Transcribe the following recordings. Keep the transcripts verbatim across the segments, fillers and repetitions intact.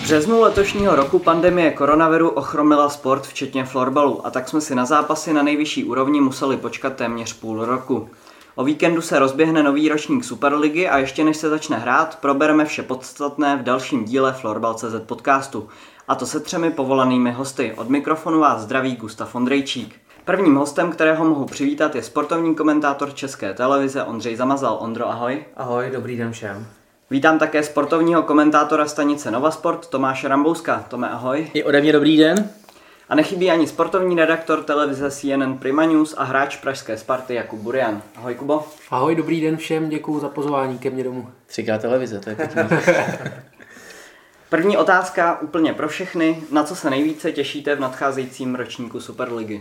březnu letošního roku pandemie koronaviru ochromila sport, včetně florbalu, a tak jsme si na zápasy na nejvyšší úrovni museli počkat téměř půl roku. O víkendu se rozběhne nový ročník Superligy a ještě než se začne hrát, probereme vše podstatné v dalším díle Florbal tečka cé zet podcastu. A to se třemi povolanými hosty. Od mikrofonu vás zdraví Gustav Ondrejčík. Prvním hostem, kterého mohu přivítat, je sportovní komentátor České televize Ondřej Zamazal. Ondro, ahoj. Ahoj, dobrý den všem. Vítám také sportovního komentátora stanice Nova Sport Tomáše Rambouska. Tome, ahoj. I ode mě dobrý den. A nechybí ani sportovní redaktor televize C N N Prima News a hráč pražské Sparty Jakub Burian. Ahoj, Kubo. Ahoj, dobrý den všem, děkuju za pozvání ke mně domů. Třikrát televize, to je pěkný. První otázka úplně pro všechny. Na co se nejvíce těšíte v nadcházejícím ročníku Superligy?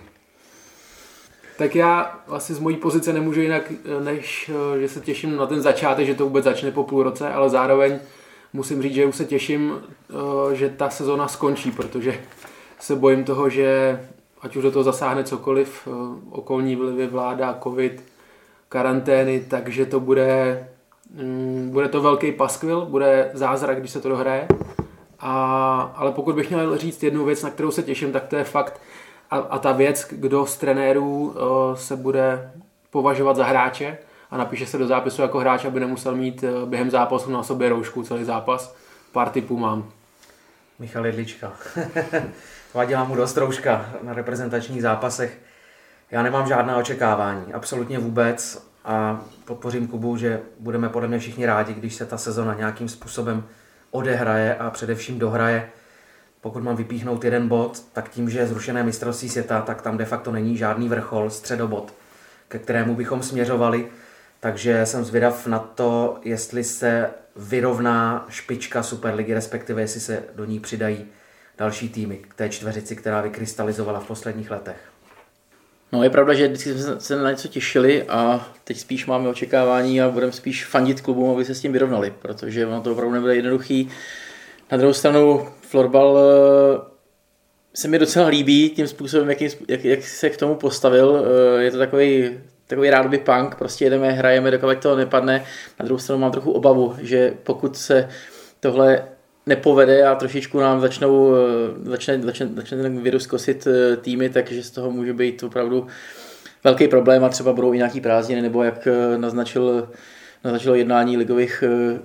Tak já asi z mojí pozice nemůžu jinak, než že se těším na ten začátek, že to vůbec začne po půl roce, ale zároveň musím říct, že už se těším, že ta sezona skončí, protože se bojím toho, že ať už do toho zasáhne cokoliv, okolní vlivy, vláda, covid, karantény, takže to bude, bude to velký paskvil, bude zázrak, když se to dohraje. A, ale pokud bych měl říct jednu věc, na kterou se těším, tak to je fakt a, a ta věc, kdo z trenérů uh, se bude považovat za hráče a napíše se do zápisu jako hráč, aby nemusel mít uh, během zápasu na sobě roušku celý zápas. Pár tipů mám. Michal Jedlička. Vadila mu dost rouška na reprezentačních zápasech. Já nemám žádná očekávání, absolutně vůbec, a podpořím Kubu, že budeme podle mě všichni rádi, když se ta sezona nějakým způsobem odehraje a především dohraje. Pokud mám vypíchnout jeden bod, tak tím, že je zrušené mistrovství světa, tak tam de facto není žádný vrchol, středobod, ke kterému bychom směřovali. Takže jsem zvědav na to, jestli se vyrovná špička Superligy, respektive jestli se do ní přidají další týmy k té čtveřici, která vykrystalizovala v posledních letech. No, je pravda, že vždycky jsme se na něco těšili a teď spíš máme očekávání a budeme spíš fandit klubům, aby se s tím vyrovnali, protože ono to opravdu nebude jednoduchý. Na druhou stranu florbal se mi docela líbí tím způsobem, jak, jak, jak se k tomu postavil. Je to takový, takový rádoby punk, prostě jedeme, hrajeme, dokud to nepadne. Na druhou stranu mám trochu obavu, že pokud se tohle nepovede a trošičku nám začnou, začne, začne, začne ten virus kosit týmy, takže z toho může být opravdu velký problém a třeba budou i nějaký prázdniny, nebo jak naznačil, naznačilo jednání ligových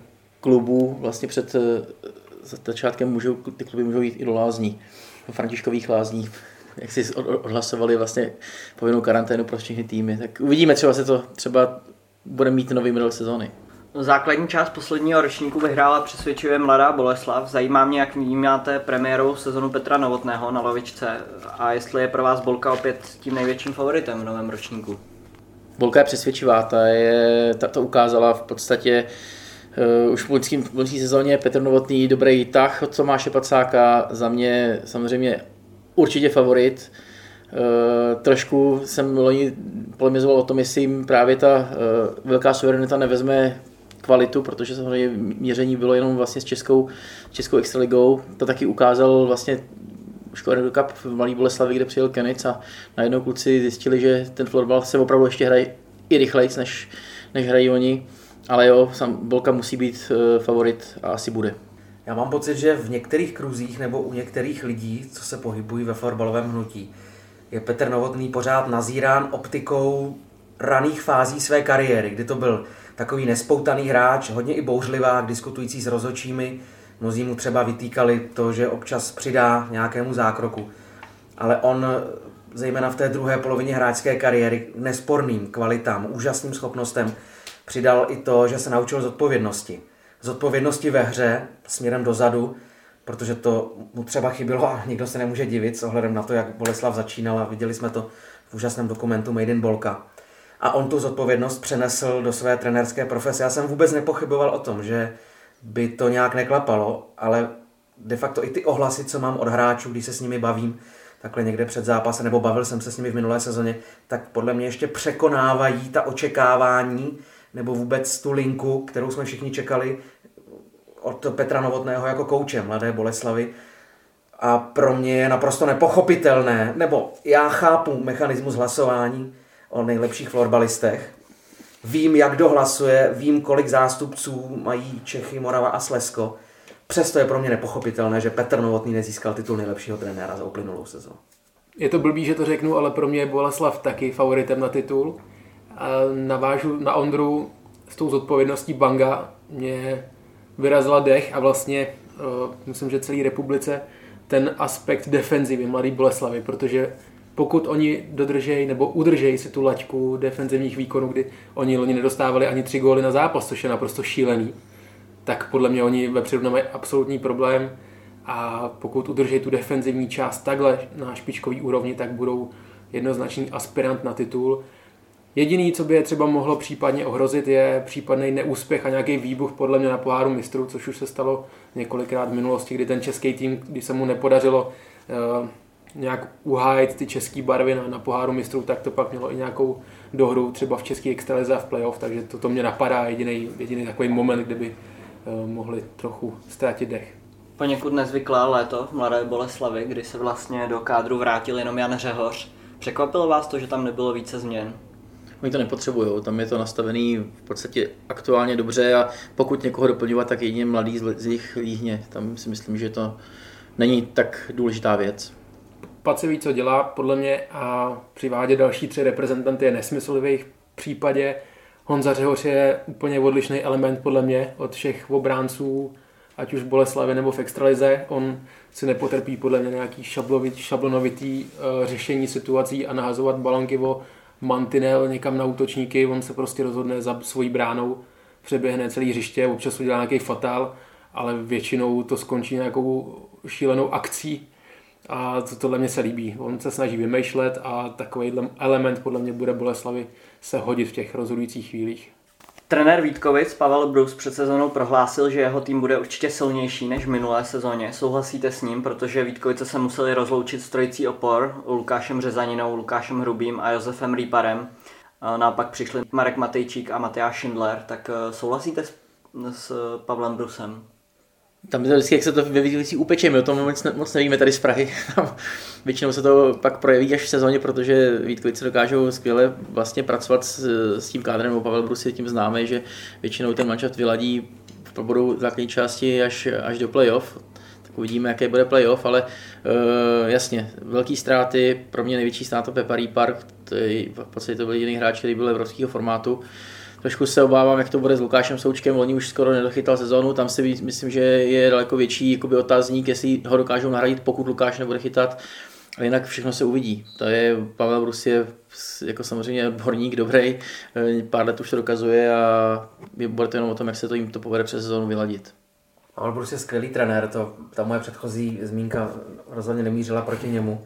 klubů vlastně před začátkem můžou, ty kluby můžou jít i do lázní, do Františkových lázní, jak si odhlasovali vlastně povinnou karanténu pro všechny týmy. Tak uvidíme, třeba se to třeba bude mít nový model sezóny. Základní část posledního ročníku vyhrála přesvědčivě Mladá Boleslav. Zajímá mě, jak vnímáte premiérou sezonu Petra Novotného na lavičce a jestli je pro vás Bolka opět tím největším favoritem v novém ročníku. Bolka je přesvědčivá, ta, je, ta to ukázala v podstatě uh, už v loňské sezóně. Petr Novotný dobrý tah od Tomáše Pacáka, za mě samozřejmě určitě favorit. Uh, trošku jsem loni polemizoval o tom, jestli jim právě ta uh, velká suverenita nevezme kvalitu, protože samozřejmě měření bylo jenom vlastně s českou, českou extraligou. To taky ukázal vlastně Škoda Cup v Malý Boleslavi, kde přijel Kenic a najednou kluci zjistili, že ten florbal se opravdu ještě hraje i rychlejc, než, než hrají oni. Ale jo, sam Bolka musí být uh, favorit a asi bude. Já mám pocit, že v některých kruzích nebo u některých lidí, co se pohybují ve florbalovém hnutí, je Petr Novotný pořád nazírán optikou raných fází své kariéry, kdy to byl takový nespoutaný hráč, hodně i bouřlivák, diskutující s rozhodčími. Mnozí mu třeba vytýkali to, že občas přidá nějakému zákroku. Ale on, zejména v té druhé polovině hráčské kariéry, nesporným kvalitám, úžasným schopnostem, přidal i to, že se naučil zodpovědnosti. Zodpovědnosti ve hře směrem dozadu, protože to mu třeba chybilo a nikdo se nemůže divit s ohledem na to, jak Boleslav začínala. Viděli jsme to v úžasném dokumentu Made in Bolka. A on tu zodpovědnost přenesl do své trenérské profese. Já jsem vůbec nepochyboval o tom, že by to nějak neklapalo, ale de facto i ty ohlasy, co mám od hráčů, když se s nimi bavím, takhle někde před zápasem, nebo bavil jsem se s nimi v minulé sezóně, tak podle mě ještě překonávají ta očekávání, nebo vůbec tu linku, kterou jsme všichni čekali od Petra Novotného jako kouče Mladé Boleslavy. A pro mě je naprosto nepochopitelné, nebo já chápu mechanismus hlasování o nejlepších florbalistech, vím, jak kdo hlasuje, vím, kolik zástupců mají Čechy, Morava a Slezsko, Přesto je pro mě nepochopitelné, že Petr Novotný nezískal titul nejlepšího trenéra za uplynulou sezónu. Je to blbý, že to řeknu, ale pro mě je Boleslav taky favoritem na titul. A navážu na Ondru s tou zodpovědností Banga. Mě vyrazila dech a vlastně uh, myslím, že celé republice ten aspekt defenzivy mladý Boleslavy, protože pokud oni dodržejí nebo udržejí si tu laťku defenzivních výkonů, kdy oni loni nedostávali ani tři góly na zápas, což je naprosto šílený, tak podle mě oni vepředu nemají absolutní problém a pokud udržejí tu defenzivní část takhle na špičkový úrovni, tak budou jednoznačný aspirant na titul. Jediný, co by je třeba mohlo případně ohrozit, je případný neúspěch a nějaký výbuch podle mě na poháru mistrů, což už se stalo několikrát v minulosti, kdy ten český tým, když se mu nepodařilo uh, nějak uhájit ty české barvy na, na poháru mistrů, tak to pak mělo i nějakou dohru třeba v české extralize a v playoff, takže to, to mě napadá jediný, jediný takový moment, kdyby uh, mohli trochu ztratit dech. Poněkud nezvyklé léto v Mladé Boleslavi, kdy se vlastně do kádru vrátil jenom Jan Řehoř. Překvapilo vás to, že tam nebylo více změn? Oni to nepotřebují, tam je to nastavený v podstatě aktuálně dobře a pokud někoho doplňovat, tak jedině mladý z nich líhně. Tam si myslím, že to není tak důležitá věc. Pace ví, co dělá, podle mě, a přivádět další tři reprezentanty je nesmysl v jejich případě. Honza Řehoř je úplně odlišný element podle mě od všech obránců, ať už v Boleslavi nebo v extralize. On si nepotrpí podle mě nějaký šablonovitý uh, řešení situací a nahazovat balonky o mantinel někam na útočníky. On se prostě rozhodne za svojí bránou, přeběhne celý hřiště, občas udělá nějaký fatál, ale většinou to skončí nějakou šílenou akcí a to, tohle mě se líbí. On se snaží vymýšlet a takovýhle element podle mě bude Boleslavi se hodit v těch rozhodujících chvílích. Trenér Vítkovic Pavel Brus před sezónou prohlásil, že jeho tým bude určitě silnější než v minulé sezóně. Souhlasíte s ním, protože Vítkovice se museli rozloučit s trojicí opor, Lukášem Řezaninou, Lukášem Hrubým a Josefem Rýparem. Naopak přišli Marek Matejčík a Matyáš Šindler. Tak souhlasíte s, s Pavlem Brusem? Tam je to vždycky, jak se to ve Vítkovicích upeče, my o tom moc, moc nevíme tady z Prahy. Většinou se to pak projeví až v sezóně, protože Vítkovice dokážou skvěle vlastně pracovat s, s tím kádrem, nebo Pavel Brus je tím známý, že většinou ten manšaft vyladí v proboru základní části až, až do playoff. Tak uvidíme, jaký bude playoff, ale uh, jasně, velký ztráty, pro mě největší ztráta Pepa Rýpar, to je, v podstatě to byl jediný hráč, který byl evropského formátu. Trošku se obávám, jak to bude s Lukášem Součkem, oni už skoro nedochytal sezónu, tam si myslím, že je daleko větší jakoby otázník, jestli ho dokážou nahradit, pokud Lukáš nebude chytat, ale jinak všechno se uvidí. To je, Pavel Brus je jako samozřejmě odborník, dobrý, pár let už to dokazuje a bude to jenom o tom, jak se to jim to povede přes sezónu vyladit. Pavel Brus je skvělý trenér, to, ta moje předchozí zmínka rozhodně nemířila proti němu.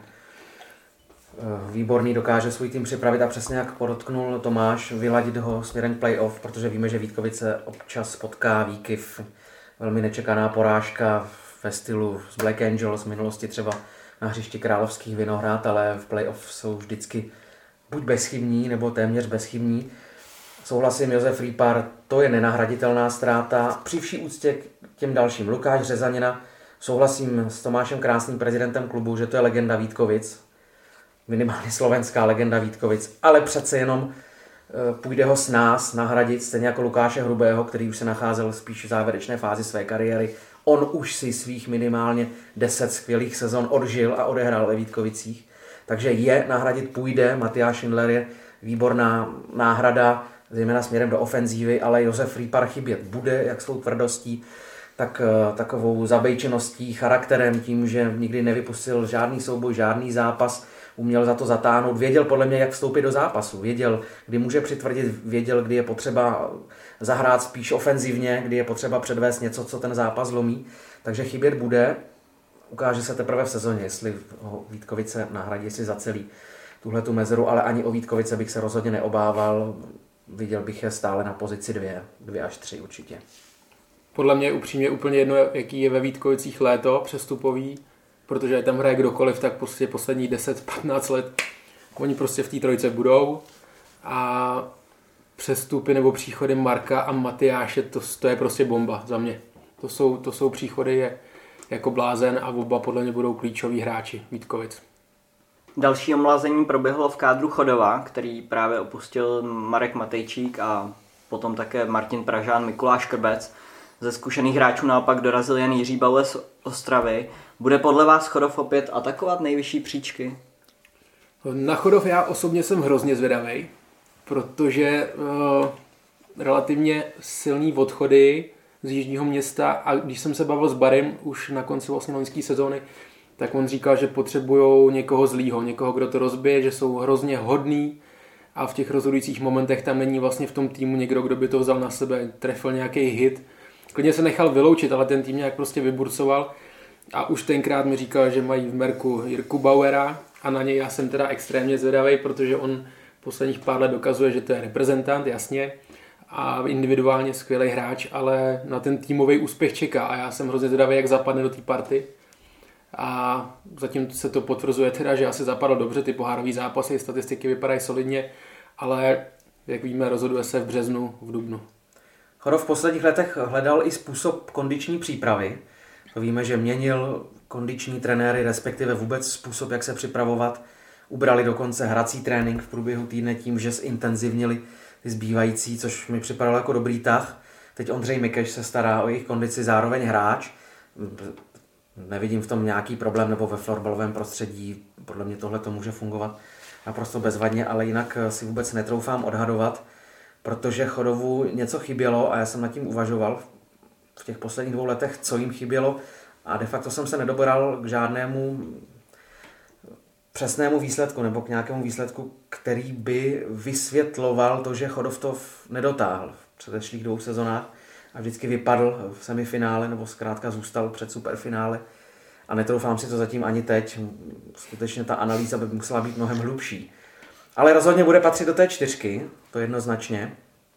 Výborný, dokáže svůj tým připravit a přesně jak podotknul Tomáš, vyladit ho směrem playoff, protože víme, že Vítkovice občas potká výkyv, velmi nečekaná porážka ve stylu z Black Angels z minulosti třeba na hřišti Královských Vinohrad, ale v playoff jsou vždycky buď bezchybní nebo téměř bezchybní. Souhlasím, Josef Rýpar, to je nenahraditelná ztráta. Při vší úctě k těm dalším, Lukáš Řezanina, souhlasím s Tomášem Krásným, prezidentem klubu, že to je legenda Vítkovic, minimálně slovenská legenda Vítkovic, ale přece jenom půjde ho s nás nahradit, stejně jako Lukáše Hrubého, který už se nacházel spíš v závěrečné fázi své kariéry. On už si svých minimálně deset skvělých sezon odžil a odehrál ve Vítkovicích, takže je nahradit půjde. Matyáš Šindler je výborná náhrada, zejména směrem do ofenzívy, ale Josef Rýpar chybět bude, jak svou tvrdostí, tak takovou zabejčeností, charakterem, tím, že nikdy nevypustil žádný souboj, žádný zápas, uměl za to zatáhnout, věděl podle mě, jak vstoupit do zápasu, věděl, kdy může přitvrdit, věděl, kdy je potřeba zahrát spíš ofenzivně, kdy je potřeba předvést něco, co ten zápas zlomí, takže chybět bude, ukáže se teprve v sezóně, jestli ho Vítkovice nahradí si za celý tuhletu mezeru, ale ani o Vítkovice bych se rozhodně neobával, viděl bych je stále na pozici dvě, dvě až tři určitě. Podle mě je upřímně úplně jedno, jaký je ve Vítkovicích léto přestupový, protože tam hraje kdokoliv, tak prostě poslední deset patnáct let oni prostě v té trojice budou a přestupy nebo příchody Marka a Matyáše, to, to je prostě bomba za mě. To jsou, to jsou příchody je, jako blázen a oba podle mě budou klíčoví hráči Vítkovic. Další omlazení proběhlo v kádru Chodova, který právě opustil Marek Matejčík a potom také Martin Pražán, Mikuláš Krbec. Ze zkušených hráčů naopak dorazil jen Jiří Bauer z Ostravy. Bude podle vás Chodov opět atakovat nejvyšší příčky? Na Chodov já osobně jsem hrozně zvědavej, protože uh, relativně silný odchody z jižního města, a když jsem se bavil s Barym už na konci vlastně loňské sezóny, tak on říkal, že potřebujou někoho zlýho, někoho, kdo to rozbije, že jsou hrozně hodný a v těch rozhodujících momentech tam není vlastně v tom týmu někdo, kdo by to vzal na sebe, trefil nějaký hit. Klidně se nechal vyloučit, ale ten tým nějak prostě vyburcoval a už tenkrát mi říkal, že mají v merku Jirku Bauera a na něj já jsem teda extrémně zvědavej, protože on posledních pár let dokazuje, že to je reprezentant, jasně, a individuálně skvělý hráč, ale na ten týmový úspěch čeká a já jsem hrozně zvědavý, jak zapadne do té party. A zatím se to potvrzuje teda, že asi zapadl dobře, ty pohárové zápasy, statistiky vypadají solidně, ale jak víme, rozhoduje se v březnu, v dubnu. Chodov v posledních letech hledal i způsob kondiční přípravy. Víme, že měnil kondiční trenéry, respektive vůbec způsob, jak se připravovat. Ubrali dokonce hrací trénink v průběhu týdne tím, že zintenzivnili ty zbývající, což mi připadalo jako dobrý tah. Teď Ondřej Mikeš se stará o jejich kondici, zároveň hráč. Nevidím v tom nějaký problém, nebo ve florbalovém prostředí podle mě tohle to může fungovat naprosto bezvadně, ale jinak si vůbec netroufám odhadovat, protože Chodovu něco chybělo a já jsem nad tím uvažoval v těch posledních dvou letech, co jim chybělo a de facto jsem se nedobral k žádnému přesnému výsledku nebo k nějakému výsledku, který by vysvětloval to, že Chodov to nedotáhl v předešlých dvou sezonách a vždycky vypadl v semifinále nebo zkrátka zůstal před superfinále a netroufám si to zatím ani teď. Skutečně ta analýza by musela být mnohem hlubší. Ale rozhodně bude patřit do té čtyřky, to jednoznačně.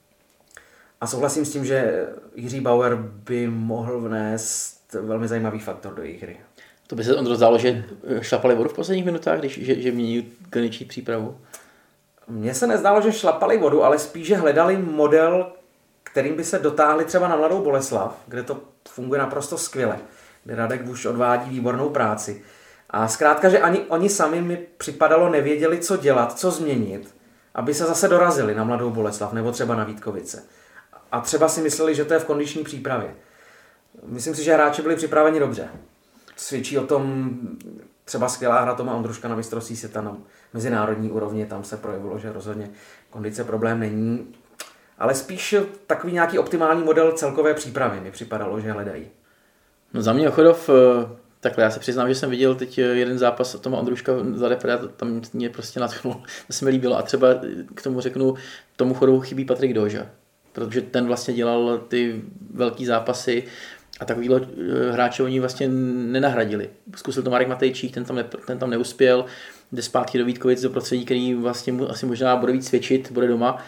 A souhlasím s tím, že Jiří Bauer by mohl vnést velmi zajímavý faktor do jejich hry. To by se Ondro zdálo, že šlapali vodu v posledních minutách, když, že, že mění kondiční přípravu? Mně se nezdálo, že šlapali vodu, ale spíš, že hledali model, kterým by se dotáhli třeba na Mladou Boleslav, kde to funguje naprosto skvěle, kde Radek už odvádí výbornou práci. A zkrátka, že ani oni sami mi připadalo nevěděli, co dělat, co změnit, aby se zase dorazili na Mladou Boleslav nebo třeba na Vítkovice. A třeba si mysleli, že to je v kondiční přípravě. Myslím si, že hráči byli připraveni dobře. Svědčí o tom třeba skvělá hra Toma Ondruška na mistrovství světa na mezinárodní úrovni, tam se projevilo, že rozhodně kondice problém není. Ale spíš takový nějaký optimální model celkové přípravy mi připadalo, že hledají. No za mě Chodov, takhle já se přiznám, že jsem viděl teď jeden zápas Toma Ondruška za repre, tam mě prostě nadchnul, to se mi líbilo a třeba k tomu řeknu, tomu Chodovu chybí Patrik Doža, protože ten vlastně dělal ty velký zápasy a takovýhle hráče oni vlastně nenahradili. Zkusil to Marek Matejčík, ten tam, ne, ten tam neuspěl, jde zpátky do Vítkovic, do prostředí, který vlastně mu asi možná bude víc cvičit, bude doma.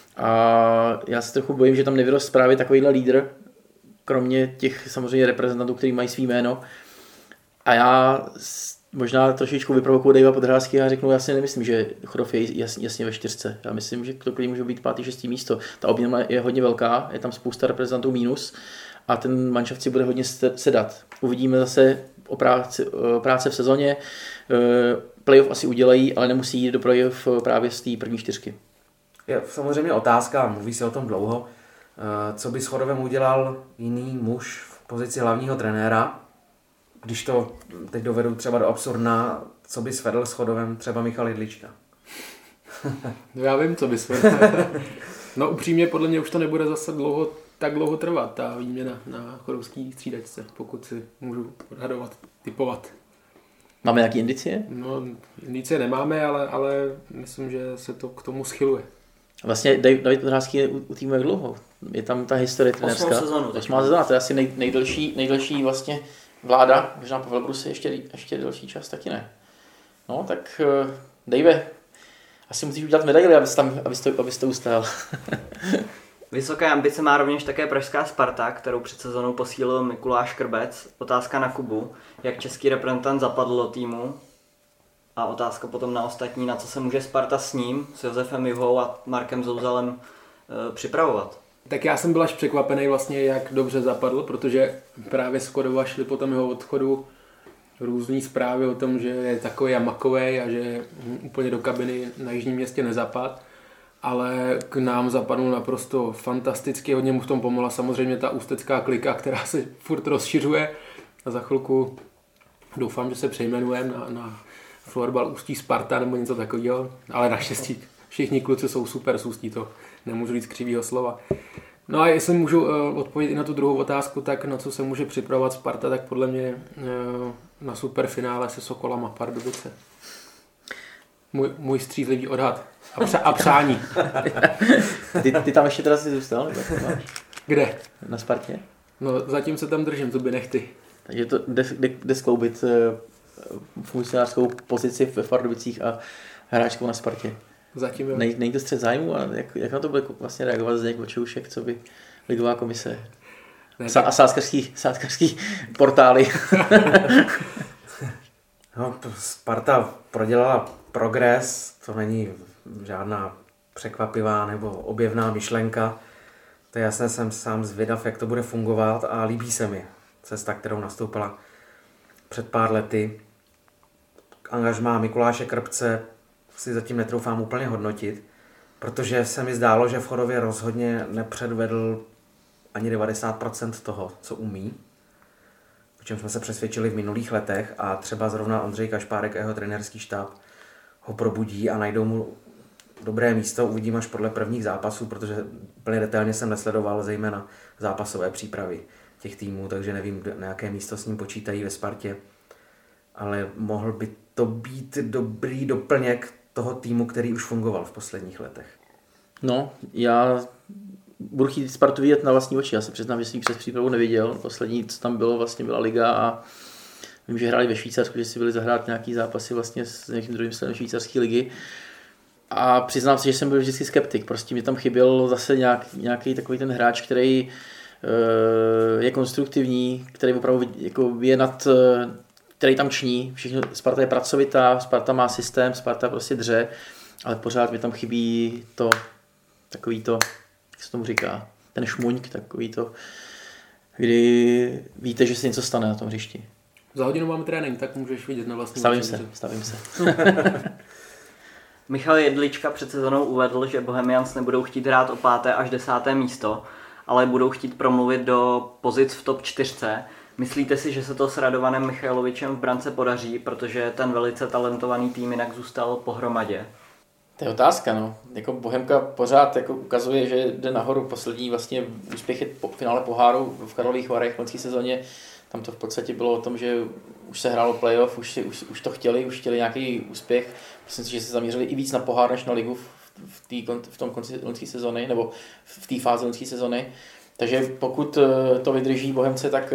A já se trochu bojím, že tam nevyrost právě takovýhle lídr, kromě těch samozřejmě reprezentantů, kteří mají svý jméno. A já možná trošičku vyprovokuju Davea Podhrázky a řeknu, já si nemyslím, že Chodov je jasně, jasně ve čtyřce. Já myslím, že to klidně může být pátý, šestý místo. Ta obměna je hodně velká, je tam spousta reprezentantů mínus a ten manšaft si bude hodně sedat. Uvidíme zase o práci, o práce v sezóně. Playoff asi udělají, ale nemusí jít do playoff právě z té první čtyřky. Je samozřejmě otázka, mluví se o tom dlouho, co by s Chodovem udělal jiný muž v pozici hlavního trenéra, když to teď dovedu třeba do absurdna, co by svedl s Chodovem třeba Michal Jidlička. No já vím, co by svedl. No upřímně, podle mě už to nebude zase dlouho, tak dlouho trvat, ta výměna na chodovský střídačce, pokud si můžu odhadovat, typovat. Máme nějaké indicie? No, indicie nemáme, ale, ale myslím, že se to k tomu schyluje. Vlastně David Podhrázký je u, u týmu jak dlouho? Je tam ta historie trenérská. Osmou sezonu. Osmá sezona, to je asi nej, nejdelší, nejdelší vlastně vláda, možná po Velbruse ještě, ještě delší čas, taky ne. No, tak uh, Dave, asi musíš udělat medaili, abys tam, abys to, abys to ustál. Vysoké ambice má rovněž také pražská Sparta, kterou před sezónou posílil Mikuláš Krbec. Otázka na Kubu, jak český reprezentant zapadl do týmu a otázka potom na ostatní, na co se může Sparta s ním, s Josefem Juhou a Markem Zouzalem e, připravovat. Tak já jsem byl až překvapený vlastně, jak dobře zapadl, protože právě z Chodova šli potom jeho odchodu různý zprávy o tom, že je takový a makovej a že úplně do kabiny na jižním městě nezapad. ale k nám zapadnul naprosto fantasticky, hodně mu v tom pomohla samozřejmě ta ústecká klika, která se furt rozšiřuje a za chvilku doufám, že se přejmenujeme na, na Florbal Ústí Sparta nebo něco takového, ale naštěstí všichni kluci jsou super z Ústí, to nemůžu říct křivýho slova. No a jestli můžu uh, odpovědět i na tu druhou otázku, tak na co se může připravovat Sparta, tak podle mě uh, na superfinále se Sokolama Pardubice. Můj, můj střízlivý odhad a, pře- a přání. ty, ty tam ještě teda si zůstal? Nebo Kde? Na Spartě? No zatím se tam držím, to by nechty. Takže to jde, jde, jde skloubit uh, funkcionářskou pozici ve Pardubicích a hráčkou na Spartě. Zatím jo. Nej, není to střed zájmu, ale jak, jak na to bude vlastně reagovat Zdeněk Vočoušek, co by ligová komise Ne, Sa- a sázkařský, sázkařský portály. No, Sparta prodělala progres, to není žádná překvapivá nebo objevná myšlenka. To je jasné, jsem sám zvědav, jak to bude fungovat a líbí se mi cesta, kterou nastoupila před pár lety. Angažmá Mikuláše Krpce si zatím netroufám úplně hodnotit, protože se mi zdálo, že v Chodově rozhodně nepředvedl ani devadesát procent toho, co umí, o čem jsme se přesvědčili v minulých letech a třeba zrovna Ondřej Kašpárek a jeho trenérský štáb ho probudí a najdou mu dobré místo, uvidím až podle prvních zápasů, protože úplně detailně jsem nesledoval zejména zápasové přípravy těch týmů, takže nevím, na jaké místo s ním počítají ve Spartě, ale mohl by to být dobrý doplněk toho týmu, který už fungoval v posledních letech. No, já budu chtít Spartu vidět na vlastní oči. Já se přiznám, že jsem ji přes přípravu neviděl. Poslední, co tam bylo, vlastně byla liga a vím, že hráli ve Švýcarsku, že si byli zahrát nějaký zápasy vlastně s nějakým druhým stylem švýcarské ligy. A přiznám se, že jsem byl vždycky skeptik. Prostě mi tam chyběl zase nějak, nějaký takový ten hráč, který uh, je konstruktivní, který opravdu jako je nad, uh, který tam ční. Všechno, Sparta je pracovitá, Sparta má systém, Sparta prostě dře, ale pořád mi tam chybí to, takový to, jak se tomu říká, ten šmuňk, takový to, kdy víte, že se něco stane na tom hřišti. Za hodinu máme trénink, tak můžeš vidět na vlastní Stavím oči. se, stavím se. Michal Jedlička před sezónou uvedl, že Bohemians nebudou chtít hrát o páté až desáté místo, ale budou chtít promluvit do pozic v top čtyřce. Myslíte si, že se to s Radovanem Michajlovičem v brance podaří, protože ten velice talentovaný tým jinak zůstal pohromadě? To je otázka, no. Jako Bohemka pořád jako ukazuje, že jde nahoru. Poslední vlastně úspěch je po finále poháru v Karlových Varech v loňské sezóně. Tam to v podstatě bylo o tom, že už se hrálo playoff, už, si, už, už to chtěli, už chtěli nějaký úspěch. Myslím si, že se zaměřili i víc na pohár než na ligu v, v, tý, v tom konci loňské sezóny, nebo v té fázi loňské sezóny. Takže pokud to vydrží Bohemce, tak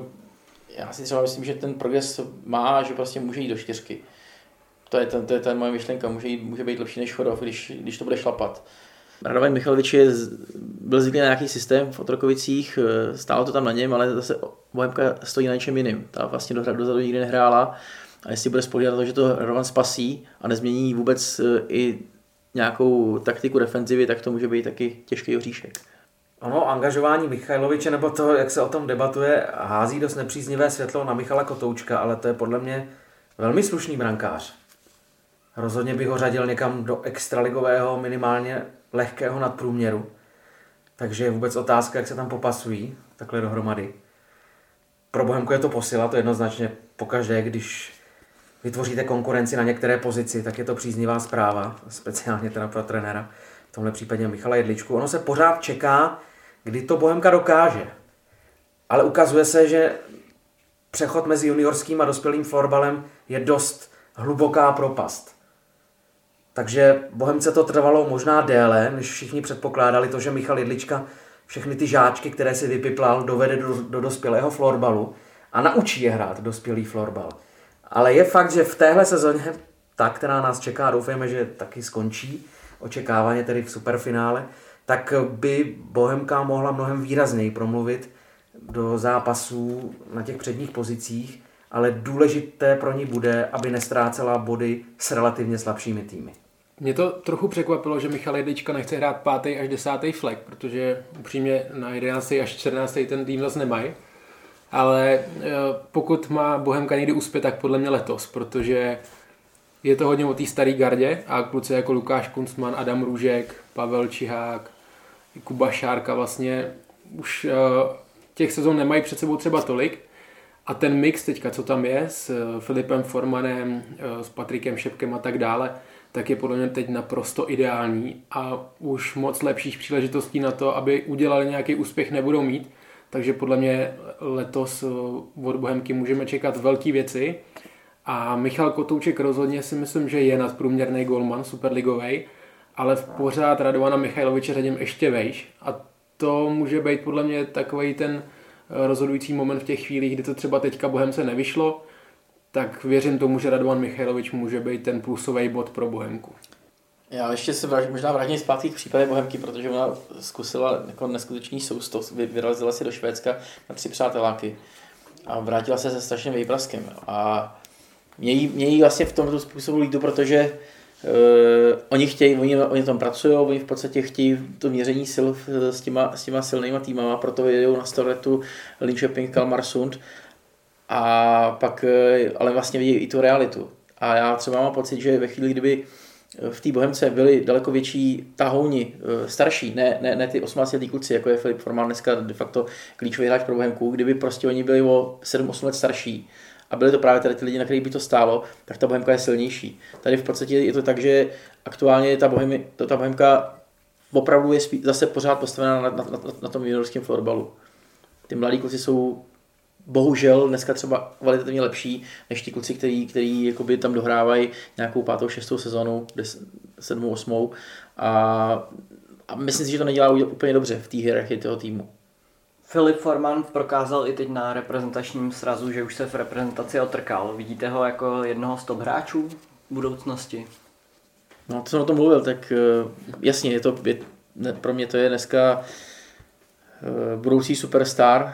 já si třeba myslím, že ten progres má, že prostě může jít do čtyřky. To je ten, to je ten moje myšlenka, může, jít, může být lepší než Chodov, když, když to bude šlapat. Radovan Michajlovič je, byl zvyklý na nějaký systém v Otrokovicích, stálo to tam na něm, ale zase Bohemka stojí na něčem jiným. Ta vlastně do, dozadu nikdy nehrála a jestli bude spoléhat na to, že to Radovan spasí a nezmění vůbec i nějakou taktiku defenzivy, tak to může být taky těžký oříšek. Ono, angažování Michajloviče, nebo to, jak se o tom debatuje, hází dost nepříznivé světlo na Michala Kotoučka, ale to je podle mě velmi slušný brankář. Rozhodně bych ho řadil někam do extraligového, minimálně lehkého nadprůměru. Takže je vůbec otázka, jak se tam popasují takhle dohromady. Pro Bohemku je to posila, to jednoznačně pokaždé, když vytvoříte konkurenci na některé pozici, tak je to příznivá zpráva, speciálně teda pro trenéra, v tomhle případě Michala Jedličku. Ono se pořád čeká, kdy to Bohemka dokáže. Ale ukazuje se, že přechod mezi juniorským a dospělým florbalem je dost hluboká propast. Takže Bohemce to trvalo možná déle, než všichni předpokládali to, že Michal Jedlička všechny ty žáčky, které si vypiplal, dovede do, do dospělého florbalu a naučí je hrát dospělý florbal. Ale je fakt, že v téhle sezóně, ta, která nás čeká, doufejme, že taky skončí, očekávaně tedy v superfinále, tak by Bohemka mohla mnohem výrazněji promluvit do zápasů na těch předních pozicích, ale důležité pro ní bude, aby nestrácela body s relativně slabšími týmy. Mě to trochu překvapilo, že Michal Jedlička nechce hrát pátý až desátý flek, protože upřímně na jedenáctý až čtrnáctý ten tým zase nemají. Ale pokud má Bohemka někdy uspět, tak podle mě letos, protože je to hodně o té staré gardě a kluci jako Lukáš Kunstmann, Adam Růžek, Pavel Čihák, Kuba Šárka vlastně už těch sezon nemají před sebou třeba tolik. A ten mix teďka, co tam je s Filipem Formanem, s Patrikem Šepkem a tak dále, tak je podle mě teď naprosto ideální a už moc lepších příležitostí na to, aby udělali nějaký úspěch, nebudou mít. Takže podle mě letos od Bohemky můžeme čekat velké věci. A Michal Kotouček rozhodně si myslím, že je nadprůměrný golman superligovej, ale v pořád Radovana Michajloviče řadím ještě vejš. A to může být podle mě takový ten rozhodující moment v těch chvílích, kdy to třeba teďka Bohemce nevyšlo, tak věřím tomu, že Radovan Michajlovič může být ten plusový bod pro Bohemku. Já ještě se vrát, možná vrátím zpátky k případě Bohemky, protože ona zkusila jako neskutečný sousto, vyrazila si do Švédska na tři přáteláky a vrátila se se strašným výpraskem. A mě jí, mě jí vlastně v tomto způsobu líto, protože uh, oni chtějí, oni, oni tam pracují, oni v podstatě chtějí to měření sil s těma, s těma silnýma týmama, proto jedou na Storetu, Linköping, Kalmarsund a pak, ale vlastně vidí i tu realitu. A já třeba mám pocit, že ve chvíli, kdyby v té Bohemce byli daleko větší tahouni, starší, ne, ne, ne ty osmnáctiletí kluci, jako je Filip Forman dneska de facto klíčový hráč pro Bohemku, kdyby prostě oni byli o sedm osm let starší a byli to právě tady ty lidi, na kterých by to stálo, tak ta Bohemka je silnější. Tady v podstatě je to tak, že aktuálně ta, Bohemi, ta Bohemka opravdu je spí, zase pořád postavená na, na, na, na tom juniorském florbalu. Ty mladí kluci jsou bohužel dneska třeba kvalitativně lepší než ti kluci, který, který jakoby tam dohrávají nějakou pátou, šestou sezonu, sedmou, osmou a, a myslím si, že to nedělá úplně dobře v té hierarchii toho týmu. Filip Forman prokázal i teď na reprezentačním srazu, že už se v reprezentaci otrkal. Vidíte ho jako jednoho z top hráčů v budoucnosti? No, to jsem o tom mluvil, tak jasně, je to, je, pro mě to je dneska budoucí superstar.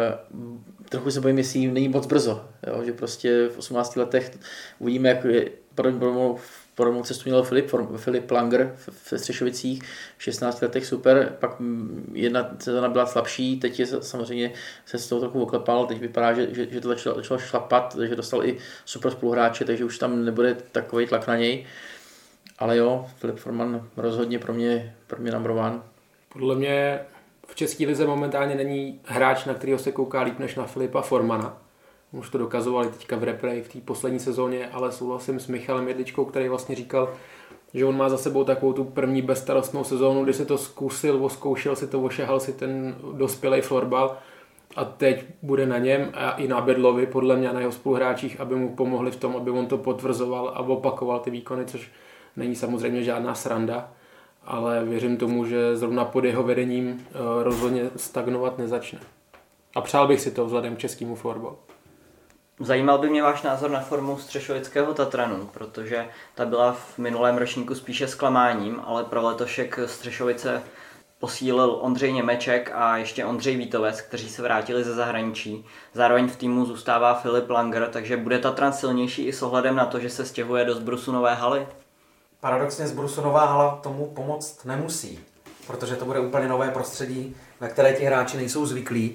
Trochu se bojím, jestli není moc brzo, jo? Že prostě v osmnácti letech uvidíme, jak je podobnou cestu měl Filip, Filip Langer ve Střešovicích, v šestnácti letech super, pak jedna sezona byla slabší, teď je samozřejmě se z toho trochu oklepal, teď vypadá, že, že, že to začalo, začalo šlapat, že dostal i super spoluhráče, takže už tam nebude takový tlak na něj. Ale jo, Filip Forman rozhodně pro mě, pro mě number one. Podle mě v české lize momentálně není hráč, na kterého se kouká líp než na Filipa Formana. Už to dokazovali teďka v repre v té poslední sezóně, ale souhlasím s Michalem Jedličkou, který vlastně říkal, že on má za sebou takovou tu první bezstarostnou sezónu, kdy se to zkusil, oskoušel si to, ošahal si ten dospělej florbal a teď bude na něm a i na Bedlovi, podle mě na jeho spoluhráčích, aby mu pomohli v tom, aby on to potvrzoval a opakoval ty výkony, což není samozřejmě žádná sranda, ale věřím tomu, že zrovna pod jeho vedením rozhodně stagnovat nezačne. A přál bych si to vzhledem k českému florbalu. Zajímal by mě váš názor na formu střešovického Tatranu, protože ta byla v minulém ročníku spíše zklamáním, ale pro letošek Střešovice posílil Ondřej Němeček a ještě Ondřej Vítovec, kteří se vrátili ze zahraničí. Zároveň v týmu zůstává Filip Langer, takže bude Tatran silnější i s ohledem na to, že se stěhuje do Zbrusu Nové haly? Paradoxně Zbrusu Nová hala tomu pomoct nemusí, protože to bude úplně nové prostředí, na které ti hráči nejsou zvyklí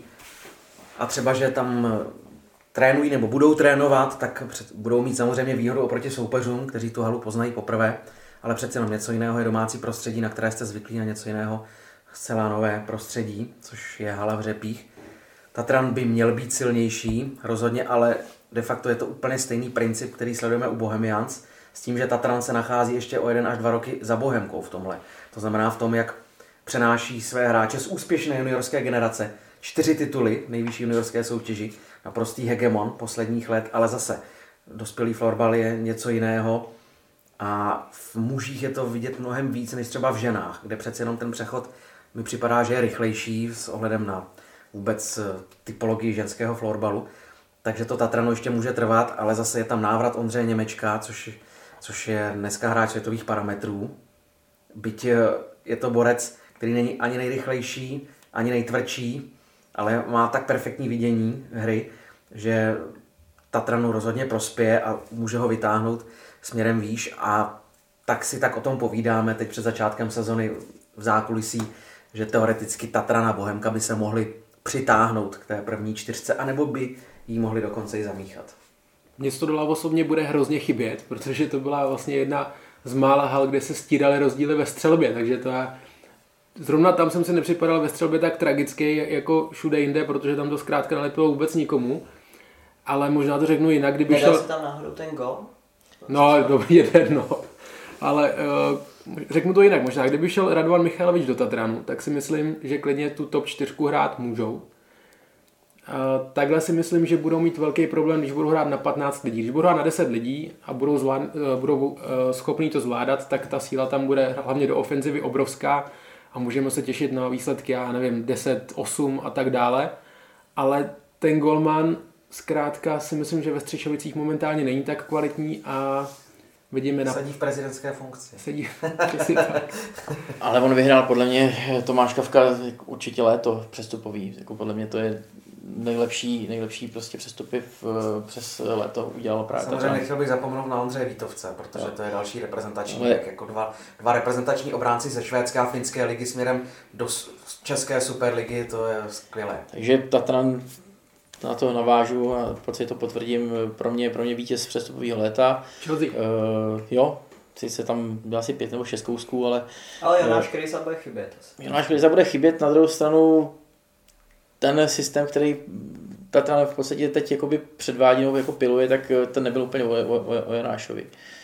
a třeba, že tam trénují nebo budou trénovat, tak budou mít samozřejmě výhodu oproti soupeřům, kteří tu halu poznají poprvé, ale přece jenom něco jiného je domácí prostředí, na které jste zvyklí, a něco jiného zcela nové prostředí, což je hala v Řepích. Tatran by měl být silnější, rozhodně, ale de facto je to úplně stejný princip, který sledujeme u Bohemians, s tím, že Tatran se nachází ještě o jeden až dva roky za Bohemkou v tomhle. To znamená v tom, jak přenáší své hráče z úspěšné juniorské generace, čtyři tituly nejvyšší juniorské soutěži, naprostý hegemon posledních let, ale zase dospělý florbal je něco jiného a v mužích je to vidět mnohem víc než třeba v ženách, kde přece jenom ten přechod mi připadá, že je rychlejší s ohledem na vůbec typologii ženského florbalu, takže to Tatranu ještě může trvat, ale zase je tam návrat Ondřeje Němečka, což, což je dneska hráč světových parametrů, byť je to borec, který není ani nejrychlejší, ani nejtvrdší, ale má tak perfektní vidění hry, že Tatranu rozhodně prospěje a může ho vytáhnout směrem výš a tak si tak o tom povídáme teď před začátkem sezony v zákulisí, že teoreticky Tatran a Bohemka by se mohli přitáhnout k té první čtyřce, anebo by jí mohli dokonce i zamíchat. Mně to Dola osobně bude hrozně chybět, protože to byla vlastně jedna z mála hal, kde se stíraly rozdíly ve střelbě, takže to já, zrovna tam jsem si nepřipadal ve střelbě tak tragický jako všude jinde, protože tam to zkrátka nelipilo vůbec nikomu, ale možná to řeknu jinak, kdyby Nedal šel... si tam náhodou ten gol? No, dobrý jeden, no. Ale uh, řeknu to jinak, možná kdyby šel Radovan Michailovič do Tatranu, tak si myslím, že klidně tu top čtyřku hrát můžou. Uh, takhle si myslím, že budou mít velký problém, když budou hrát na patnáct lidí. Když budou hrát na deset lidí a budou, zvlád, uh, budou uh, schopní to zvládat, tak ta síla tam bude hlavně do ofenzivy obrovská a můžeme se těšit na výsledky, já nevím, deset osm a tak dále. Ale ten golman zkrátka si myslím, že ve Střešovicích momentálně není tak kvalitní a vidíme na... Sedí v prezidentské funkci. Sedí, přesně tak. Ale on vyhrál podle mě Tomáš Kafka určitě léto přestupový. Jako podle mě to je nejlepší, nejlepší prostě přestupy v, přes léto udělalo právě. Samozřejmě nechtěl bych zapomenout na Ondřeje Vítovce, protože to je další reprezentační, Ale... jako dva, dva reprezentační obránci ze švédské a finské ligy směrem do české superligy, to je skvělé. Takže Tatran, na to navážu a v podstatě to potvrdím, pro mě, pro mě vítěz přestupového léta. Chelsea. Uh, jo, sice tam byl asi pět nebo šest kousků, ale... Ale Jonáš Krysa bude chybět. Jonáš Krysa bude chybět, na druhou stranu ten systém, který Tatran v podstatě teď jakoby předvádí nebo jako piluje, tak ten nebyl úplně o, o, o Jonášovi.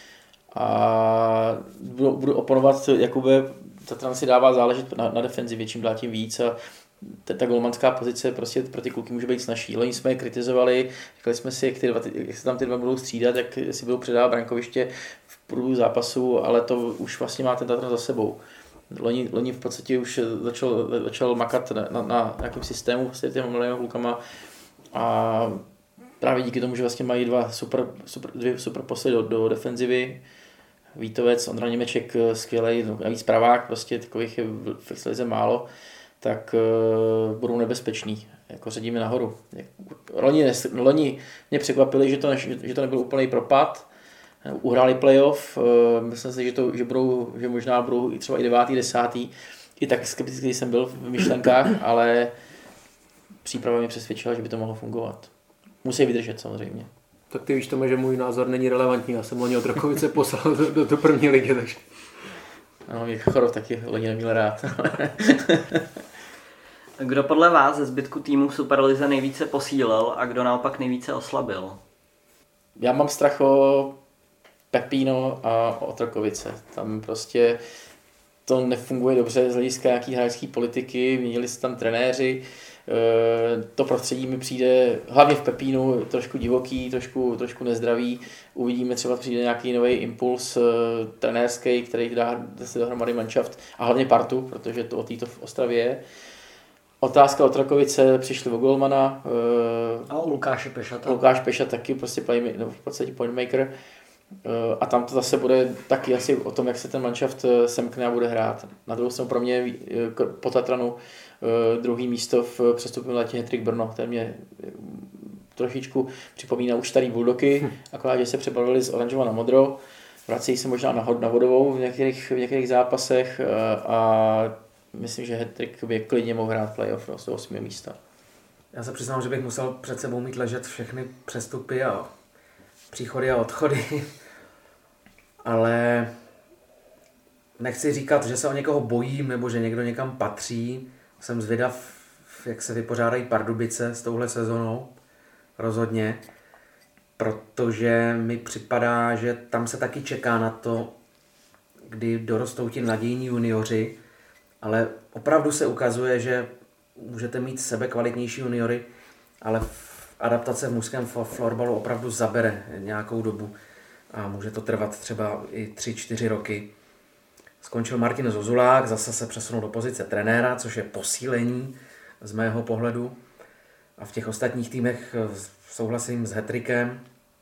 A budu, budu oponovat, jakoby Tatran si dává záležet na, na defenzivě, čím dál tím víc a ta, ta golmanská pozice prostě pro ty kluky může být snažší. Loni jsme je kritizovali, říkali jsme si, jak, ty dva, jak se tam ty dva budou střídat, jak si budou předávat brankoviště v průběhu zápasu, ale to už vlastně má ten Tatran za sebou. Loni, loni v podstatě už začal, začal makat na, na, na nějakém systému s těmi mladými klukama a právě díky tomu, že vlastně mají dva super, super, dvě super posly do, do defenzivy, Vítovec, Ondra Němeček skvělej, no, navíc pravák, prostě takových je v extralize málo, tak uh, budou nebezpeční, jako řadíme nahoru. Loni, loni mě překvapili, že to, že to nebyl úplný propad, uhráli playoff, uh, myslím si, že, to, že, budou, že možná budou i třeba i devátý, desátý, i tak skeptický jsem byl v myšlenkách, ale příprava mě přesvědčila, že by to mohlo fungovat. Musí vydržet samozřejmě. Tak ty víš, Tome, že můj názor není relevantní. Já jsem loni od Rakovice poslal do, do, do první ligy, takže... Ano, mě Chorov taky loni neměl rád. Kdo podle vás ze zbytku týmu v Superlize nejvíce posílil a kdo naopak nejvíce oslabil? Já mám strach o Pepino a o Otrokovice. Tam prostě to nefunguje dobře z hlediska nějaký hráčské politiky, měnili se tam trenéři, to prostředí mi přijde, hlavně v Pepínu, trošku divoký, trošku, trošku nezdravý. Uvidíme, třeba přijde nějaký nový impuls trenérský, který dá se dohromady manšaft a hlavně partu, protože to o této v Ostravě je. Otázka od Rakovice, přišli o golmana. A o Lukáše Pešata. Lukáš Pešat taky prostě play, no, v podstatě pointmaker. A tam to zase bude taky asi o tom, jak se ten manšaft semkne a bude hrát. Na druhou stranu pro mě po Tatranu druhý místo v přestupním letě Hetrik Brno, ten mě trošičku připomíná už starý Bulldogy, akorát, že se přebavili z oranžova na modro, vracejí se možná na, na vodovou v některých, v některých zápasech a myslím, že Hetrik by klidně mohl hrát playoff z toho osmého místa. Já se přiznám, že bych musel před sebou mít ležet všechny přestupy a příchody a odchody, ale nechci říkat, že se o někoho bojím nebo že někdo někam patří. Jsem zvědav, jak se vypořádají Pardubice s touhle sezónou, rozhodně, protože mi připadá, že tam se taky čeká na to, kdy dorostou ti nadějní junioři, ale opravdu se ukazuje, že můžete mít sebe kvalitnější juniory, ale adaptace v mužském florbalu opravdu zabere nějakou dobu a může to trvat třeba i tři čtyři roky. Skončil Martin Zozulák, zase se přesunul do pozice trenéra, což je posílení z mého pohledu. A v těch ostatních týmech souhlasím s Hetrikem.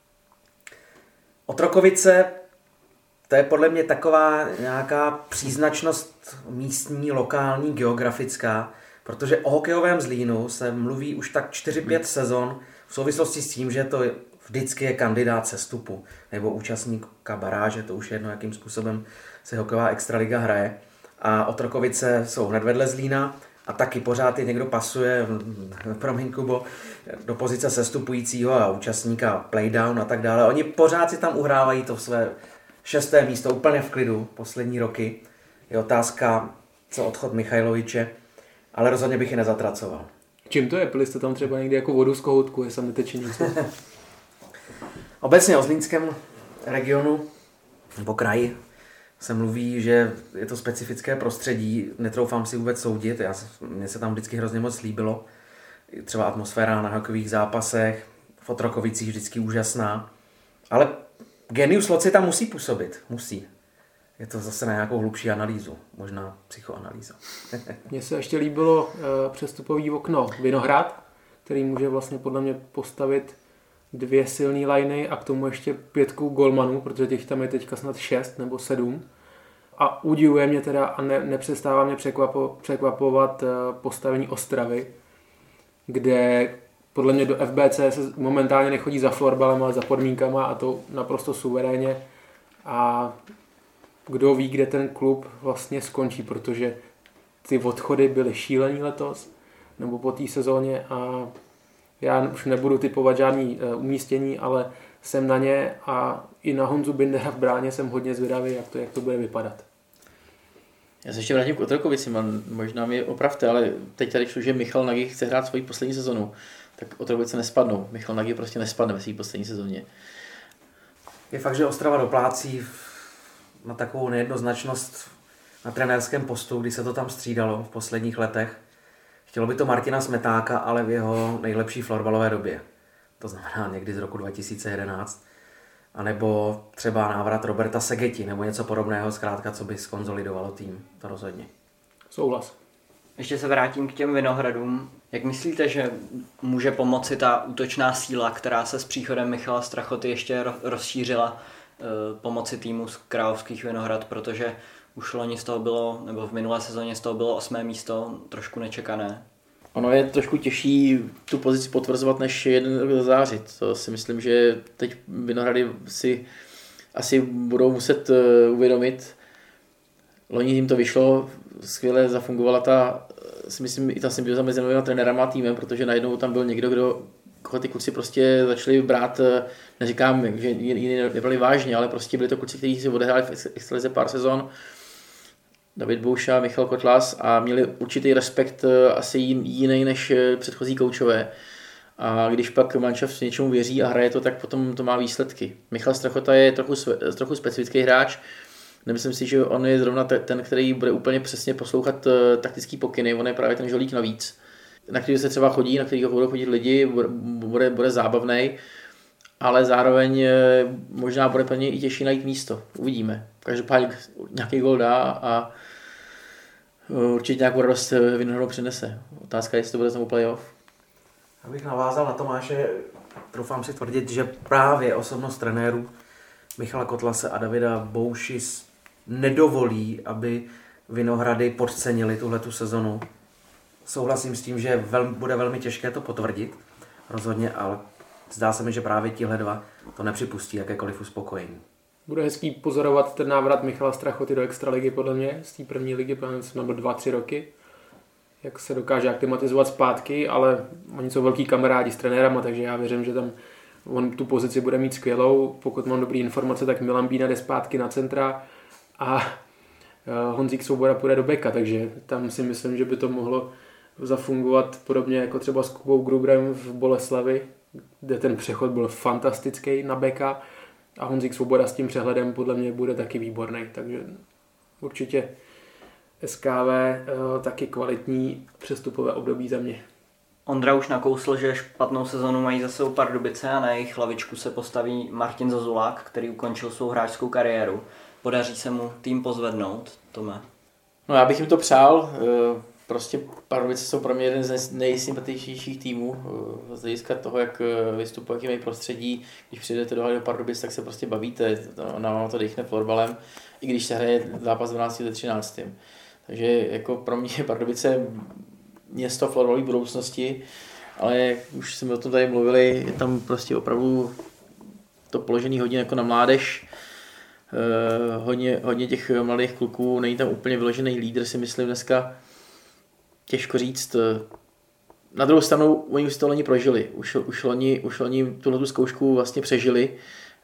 Otrokovice, to je podle mě taková nějaká příznačnost místní, lokální, geografická, protože o hokejovém Zlínu se mluví už tak čtyři pět sezon v souvislosti s tím, že to vždycky je kandidát sestupu nebo účastníka baráže, to už je jedno, jakým způsobem se hokejová extraliga hraje. A Otrokovice jsou hned vedle Zlína a taky pořád je někdo pasuje, promiň Kubo, do pozice sestupujícího a účastníka playdown a tak dále. Oni pořád si tam uhrávají to své šesté místo úplně v klidu poslední roky. Je otázka, co odchod Michajloviče, ale rozhodně bych ji nezatracoval. Čím to je? Pili jste tam třeba někdy jako vodu z kohoutku, jestli tam neteče něco? Obecně o zlínském regionu nebo kraji se mluví, že je to specifické prostředí, netroufám si vůbec soudit, já, mně se tam vždycky hrozně moc líbilo. Třeba atmosféra na hokejových zápasech, v Otrokovicích vždycky úžasná, ale genius loci tam musí působit, musí. Je to zase na nějakou hlubší analýzu, možná psychoanalýza. Mně se ještě líbilo uh, přestupový okno Vinohrad, který může vlastně podle mě postavit dvě silné liney a k tomu ještě pětku golmanů, protože těch tam je teďka snad šest nebo sedm. A udivuje mě teda a ne, nepřestává mě překvapo, překvapovat uh, postavení Ostravy, kde podle mě do F B C se momentálně nechodí za florbalem, ale za podmínkama a to naprosto suverénně. A kdo ví, kde ten klub vlastně skončí, protože ty odchody byly šílený letos, nebo po té sezóně a já už nebudu typovat žádný umístění, ale jsem na ně a i na Honzu Bindera v bráně jsem hodně zvědavý, jak to, jak to bude vypadat. Já se ještě vrátím k Otrokovicím, možná mi opravte, ale teď tady šlo, že Michal Nagy chce hrát svoji poslední sezonu, tak Otrokovice nespadnou. Michal Nagy prostě nespadne ve své poslední sezóně. Je fakt, že Ostrava doplácí na takovou nejednoznačnost na trenérském postu, kdy se to tam střídalo v posledních letech. Chtělo by to Martina Smetáka, ale v jeho nejlepší florbalové době. To znamená někdy z roku dva tisíce jedenáct. A nebo třeba návrat Roberta Segeti, nebo něco podobného, zkrátka, co by skonzolidovalo tým. To rozhodně. Souhlas. Ještě se vrátím k těm Vinohradům. Jak myslíte, že může pomoci ta útočná síla, která se s příchodem Michala Strachoty ještě rozšířila, pomoci týmu z Královských Vinohrad, protože už loni z toho bylo, nebo v minulé sezóně z toho bylo osmé místo, trošku nečekané. Ono je trošku těžší tu pozici potvrzovat, než jeden zářit. To si myslím, že teď Vinohrady si asi budou muset uvědomit. Loni jim to vyšlo, skvěle zafungovala ta, si myslím, i ta symbioza mezi novými trenérama a týmem, protože najednou tam byl někdo, kdo ty kluci prostě začali brát, neříkám, že jiní nebrali vážně, ale prostě byli to kluci, kteří si odehráli v extralize pár sezon, David Bouša, Michal Kotlas a měli určitý respekt asi jiný než předchozí koučové. A když pak manšaft něčemu věří a hraje to, tak potom to má výsledky. Michal Strachota je trochu, trochu specifický hráč. Nemyslím si, že on je zrovna ten, který bude úplně přesně poslouchat taktický pokyny. On je právě ten žolík navíc, na který se třeba chodí, na který budou chodit lidi, bude, bude, bude zábavnej, ale zároveň možná bude pro něj i těžší najít místo. Uvidíme. Každopádně nějaký gol dá a určitě nějakou radost Vinohradu přinese. Otázka je, jestli to bude znovu playoff. Abych navázal na Tomáše, troufám si tvrdit, že právě osobnost trenérů Michala Kotlase a Davida Bouši nedovolí, aby Vinohrady podcenili tuhletu sezonu. Souhlasím s tím, že vel, bude velmi těžké to potvrdit, rozhodně, ale zdá se mi, že právě tihle dva to nepřipustí jakékoliv uspokojení. Bude hezký pozorovat ten návrat Michala Strachoty do extraligy podle mě, z té první ligy, nebo dva, tři roky, jak se dokáže aklimatizovat zpátky, ale oni jsou velký kamarádi s trenérama, takže já věřím, že tam on tu pozici bude mít skvělou. Pokud mám dobrý informace, tak Milan Bína jde zpátky na centra a Honzík Svoboda půjde do beka, takže tam si myslím, že by to mohlo zafungovat podobně jako třeba s Kubou Grubrem v Boleslavi, kde ten přechod byl fantastický na beka a Honzík Svoboda s tím přehledem podle mě bude taky výborný, takže určitě S K V taky kvalitní přestupové období za mě. Ondra už nakousl, že špatnou sezonu mají za sebou Pardubice a na jejich hlavičku se postaví Martin Zazulák, který ukončil svou hráčskou kariéru. Podaří se mu tým pozvednout, Tome? No já bych jim to přál. Prostě Pardubice jsou pro mě jeden z nejsympatičnějších týmů z hlediska toho, jak vystupují, jaký mají prostředí. Když přijdete do do Pardubic, tak se prostě bavíte, na to dechne florbalem, i když se hraje zápas dvanáct do třináct. Takže jako pro mě Pardubice město florbalové budoucnosti, ale už jsme o tom tady mluvili, je tam prostě opravdu to položený hodně jako na mládež, eh, hodně, hodně těch mladých kluků, není tam úplně vyložený lídr, si myslím dneska, těžko říct. Na druhou stranu, oni už to loni prožili, už, už loni, už loni tuhletu zkoušku vlastně přežili,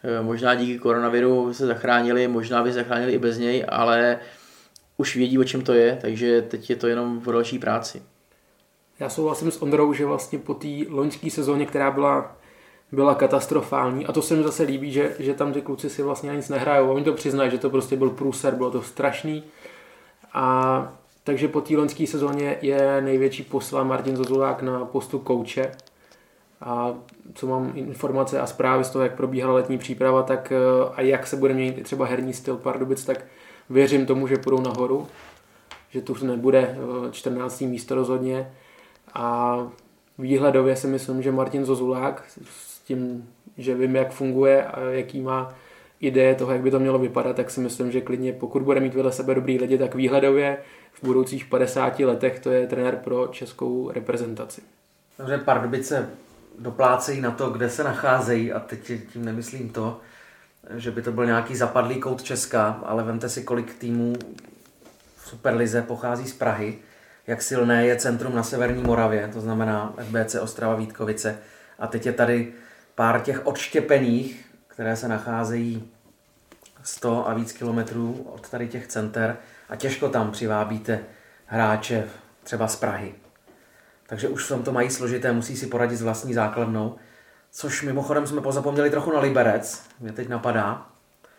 možná díky koronaviru se zachránili, možná by se zachránili i bez něj, ale už vědí, o čem to je, takže teď je to jenom v další práci. Já souhlasím s Ondrou, že vlastně po té loňské sezóně, která byla, byla katastrofální, a to se mi zase líbí, že, že tam ty kluci si vlastně nic nehrajou. Oni to přiznají, že to prostě byl průser, bylo to strašný. A takže po té loňské sezóně je největší posla Martin Zozulák na postu kouče. A co mám informace a zprávy z toho, jak probíhala letní příprava, tak a jak se bude měnit třeba herní styl Pardubic, tak věřím tomu, že půjdou nahoru, že tu nebude čtrnácté místo rozhodně. A výhledově si myslím, že Martin Zozulák s tím, že vím, jak funguje a jaký má ideje toho, jak by to mělo vypadat, tak si myslím, že klidně pokud bude mít vedle sebe dobrý lidi, tak výhledově v budoucích padesáti letech to je trenér pro českou reprezentaci. Dobře, Pardubice doplácejí na to, kde se nacházejí, a teď tím nemyslím to, že by to byl nějaký zapadlý kout Česka, ale vemte si, kolik týmů v Superlize pochází z Prahy, jak silné je centrum na severní Moravě, to znamená F B C Ostrava, Vítkovice, a teď je tady pár těch odštěpených, které se nacházejí sto a víc kilometrů od tady těch center a těžko tam přivábíte hráče třeba z Prahy. Takže už v tom to mají složité, musí si poradit s vlastní základnou, což mimochodem jsme pozapomněli trochu na Liberec, mě teď napadá.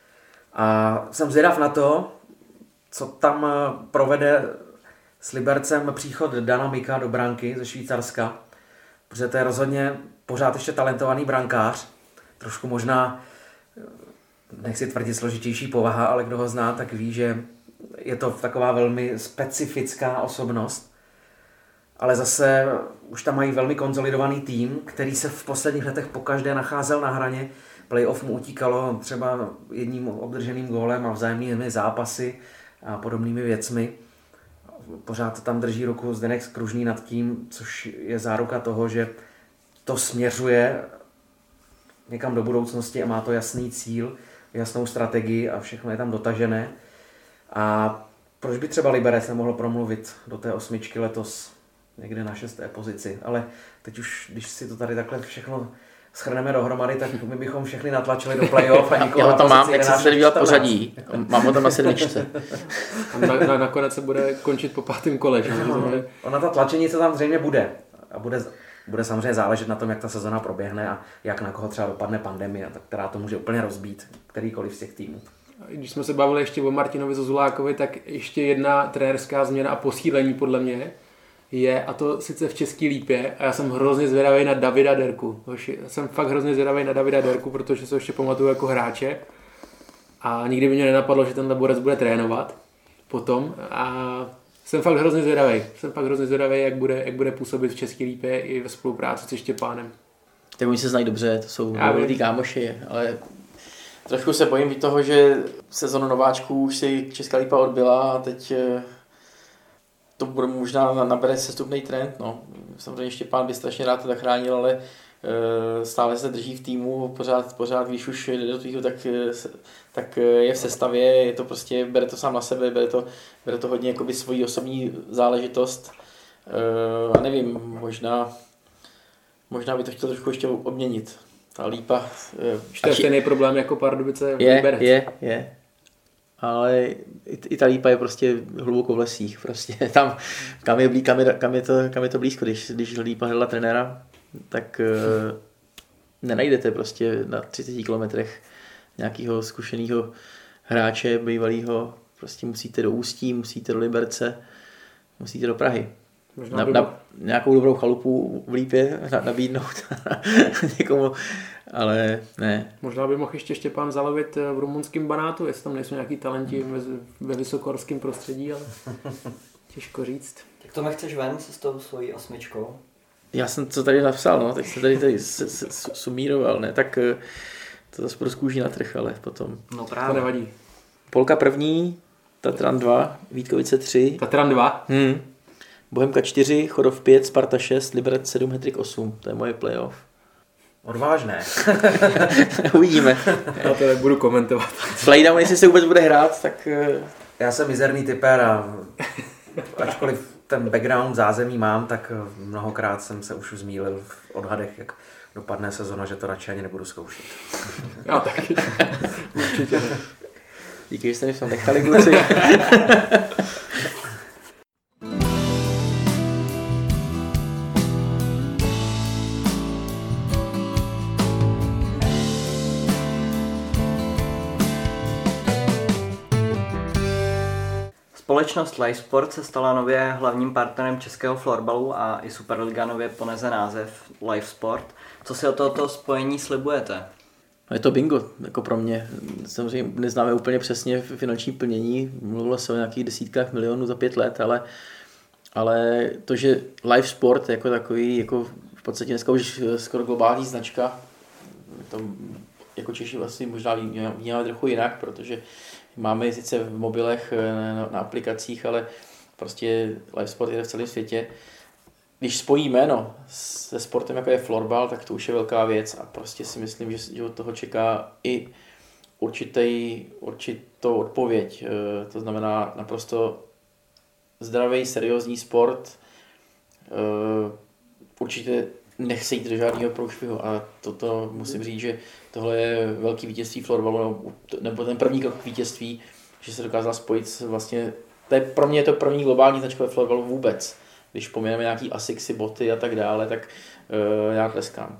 A jsem zvědav na to, co tam provede s Libercem příchod Dana Mika do branky ze Švýcarska, protože to je rozhodně pořád ještě talentovaný brankář, trošku možná, nechci tvrdit složitější povaha, ale kdo ho zná, tak ví, že je to taková velmi specifická osobnost. Ale zase už tam mají velmi konsolidovaný tým, který se v posledních letech pokaždé nacházel na hraně. Playoff mu utíkalo třeba jedním obdrženým gólem a vzájemnými zápasy a podobnými věcmi. Pořád tam drží ruku Zdeněk Skružný nad tím, což je záruka toho, že to směřuje někam do budoucnosti a má to jasný cíl, jasnou strategii a všechno je tam dotažené. A proč by třeba Liberec nemohl promluvit do té osmičky letos někde na šesté pozici, ale teď už, když si to tady takhle všechno shrneme dohromady, tak my bychom všechny natlačili do play-off a nikoho já na tam mám, pozici jak jsem se dělal pořadí, mám ho tam na sedmičce. Na, na, nakonec se bude končit po pátém kole. Že? No, ona ta tlačenice tam zřejmě bude a bude, bude samozřejmě záležet na tom, jak ta sezona proběhne a jak na koho třeba dopadne pandemie, která to může úplně rozbít, kterýkoliv z těch týmů. Když jsme se bavili ještě o Martinovi Zozulákovi, tak ještě jedna trenérská změna a posílení podle mě je, a to sice v České Lípě, a já jsem hrozně zvědavý na Davida Derku. Já jsem fakt hrozně zvědavý na Davida Derku, protože se ještě pamatuju jako hráče a nikdy by mě nenapadlo, že tenhle borec bude trénovat potom a jsem fakt hrozně zvědavý. Jsem fakt hrozně zvědavý, jak bude, jak bude působit v České Lípě i ve spolupráci se Štěpánem. Tak oni se znají dobře, to jsou ty kámoši, ale trošku se bojím toho, že sezonu nováčků už si Česká Lípa odbyla a teď to bude možná nabere sestupný trend. No. Samozřejmě Štěpán by strašně rád to zachránil, ale stále se drží v týmu, pořád, pořád když už jde do týmu, tak, tak je v sestavě, je to prostě, bere to sám na sebe, bere to, bere to hodně jakoby svoji osobní záležitost. A nevím, možná, možná by to chtěl trošku ještě obměnit. Ta Lípa. To je stejný problém jako Pardubice v je, Liberec. Je, je. Ale i, i ta Lípa je prostě hluboko v lesích. Prostě tam, kam je, kam je, kam je, to, kam je to blízko, když, když Lípa hledala trenéra, tak uh, nenajdete prostě na třiceti kilometrech nějakého zkušeného hráče, bývalého. Prostě musíte do Ústí, musíte do Liberce, musíte do Prahy. Na, na nějakou dobrou chalupu v Lípě nabídnout někomu, ale ne. Možná by mohl ještě Štěpán zalovit v rumunském Banátu, jestli tam nejsou nějaký talenti ve vysokohorském prostředí, ale těžko říct. Tak to nechceš ven se s tou svojí osmičkou? Já jsem to tady napsal, no, tak se tady, tady sumíroval, ne, tak to zase budu zkůží na trh, ale potom. No právě. To nevadí. Polka první, Tatran dva, Vítkovice tři. Tatran dva? Hmm. Bohemka čtyři, Chodov pět, Sparta šest, Liberec sedm, Hetrik osm. To je moje playoff. Odvážné. Uvidíme. Já to nebudu komentovat. Playdown, jestli se vůbec bude hrát, tak... Já jsem mizerný typer a ačkoliv ten background zázemí mám, tak mnohokrát jsem se už zmýlil v odhadech, jak dopadne sezona, že to radši ani nebudu zkoušet. Já taky. Určitě ne. Díky, že jste mi v tom nechali, kluci. Společnost Live Sport se stala nově hlavním partnerem českého florbalu a i Superliga nově ponese název Live Sport. Co si o tohoto spojení slibujete? No je to bingo, jako pro mě. Samozřejmě neznáme úplně přesně finanční plnění, mluvilo se o nějakých desítkách milionů za pět let, ale, ale to, že Live Sport jako takový, jako v podstatě dneska už skoro globální značka, to jako Češi vlastně možná vnímáme trochu jinak, protože máme je sice v mobilech, na, na aplikacích, ale prostě Live Sport je v celém světě. Když spojí jméno se sportem, jako je florbal, tak to už je velká věc a prostě si myslím, že, že od toho čeká i určitý, určitou odpověď. To znamená naprosto zdravý, seriózní sport. Určitě nechce jít do žádného průšvihu a toto musím říct, že tohle je velký vítězství florbalu, nebo ten první krok k vítězství, že se dokázala spojit vlastně, to je, pro mě je to první globální značka ve florbalu vůbec. Když poměneme nějaký Asicsy, boty a tak dále, tak uh, já tleskám.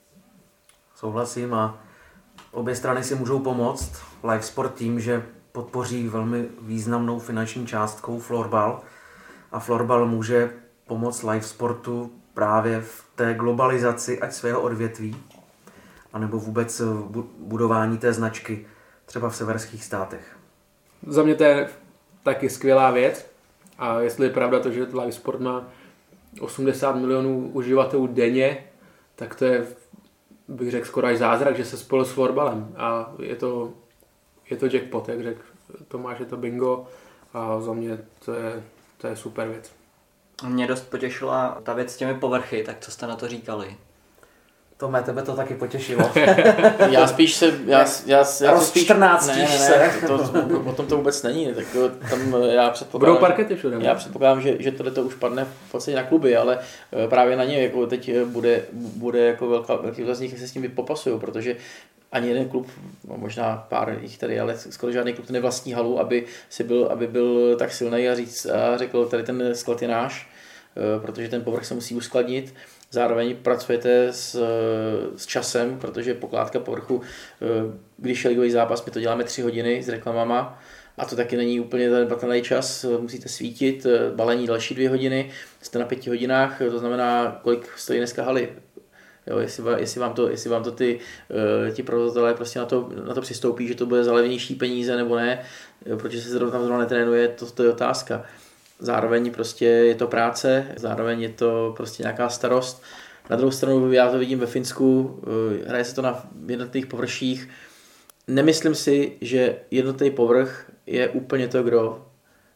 Souhlasím a obě strany si můžou pomoct. Live Sport tím, že podpoří velmi významnou finanční částkou florbal a florbal může pomoct Live Sportu právě v té globalizaci ať svého odvětví, anebo vůbec budování té značky třeba v severských státech. Za mě to je taky skvělá věc a jestli je pravda to, že Live Sport má osmdesát milionů uživatelů denně, tak to je, bych řekl, skoro až zázrak, že se spojil s florbalem a je to, je to jackpot, jak řekl Tomáš, je to bingo a za mě to je, to je super věc. Mě dost potěšila ta věc s těmi povrchy, tak co jste na to říkali? Tome, tebe to taky potěšilo. Já spíš se... Já, já, já, já spíš, čtrnáctíš ne, ne, se. To, to, o tom to vůbec není. Tak tam já předpokládám, Budou parkety všude. Já předpokládám, že, že tohle to už padne v podstatě na kluby, ale právě na ně jako teď bude, bude jako velká, velký otazník, jak se s tím popasují, protože ani jeden klub, no možná pár jich tady, ale skoro žádný klub nevlastní halu, aby, si byl, aby byl tak silný a, říct, a řekl, tady ten sklad je náš, protože ten povrch se musí uskladnit. Zároveň pracujete s, s časem, protože pokládka povrchu, když je ligový zápas, my to děláme tři hodiny s reklamama a to taky není úplně zanedbatelný čas, musíte svítit, balení další dvě hodiny, jste na pěti hodinách, to znamená, kolik stojí dneska haly. Jo, jestli, jestli, vám to, jestli vám to ty, ti provozovatelé prostě na to, na to přistoupí, že to bude za levnější peníze nebo ne, protože se zrovna tam zrovna netrénuje, to, to je otázka. Zároveň prostě je to práce, zároveň je to prostě nějaká starost. Na druhou stranu já to vidím ve Finsku, hraje se to na jednotlivých površích. Nemyslím si, že jednotlivý povrch je úplně to gro.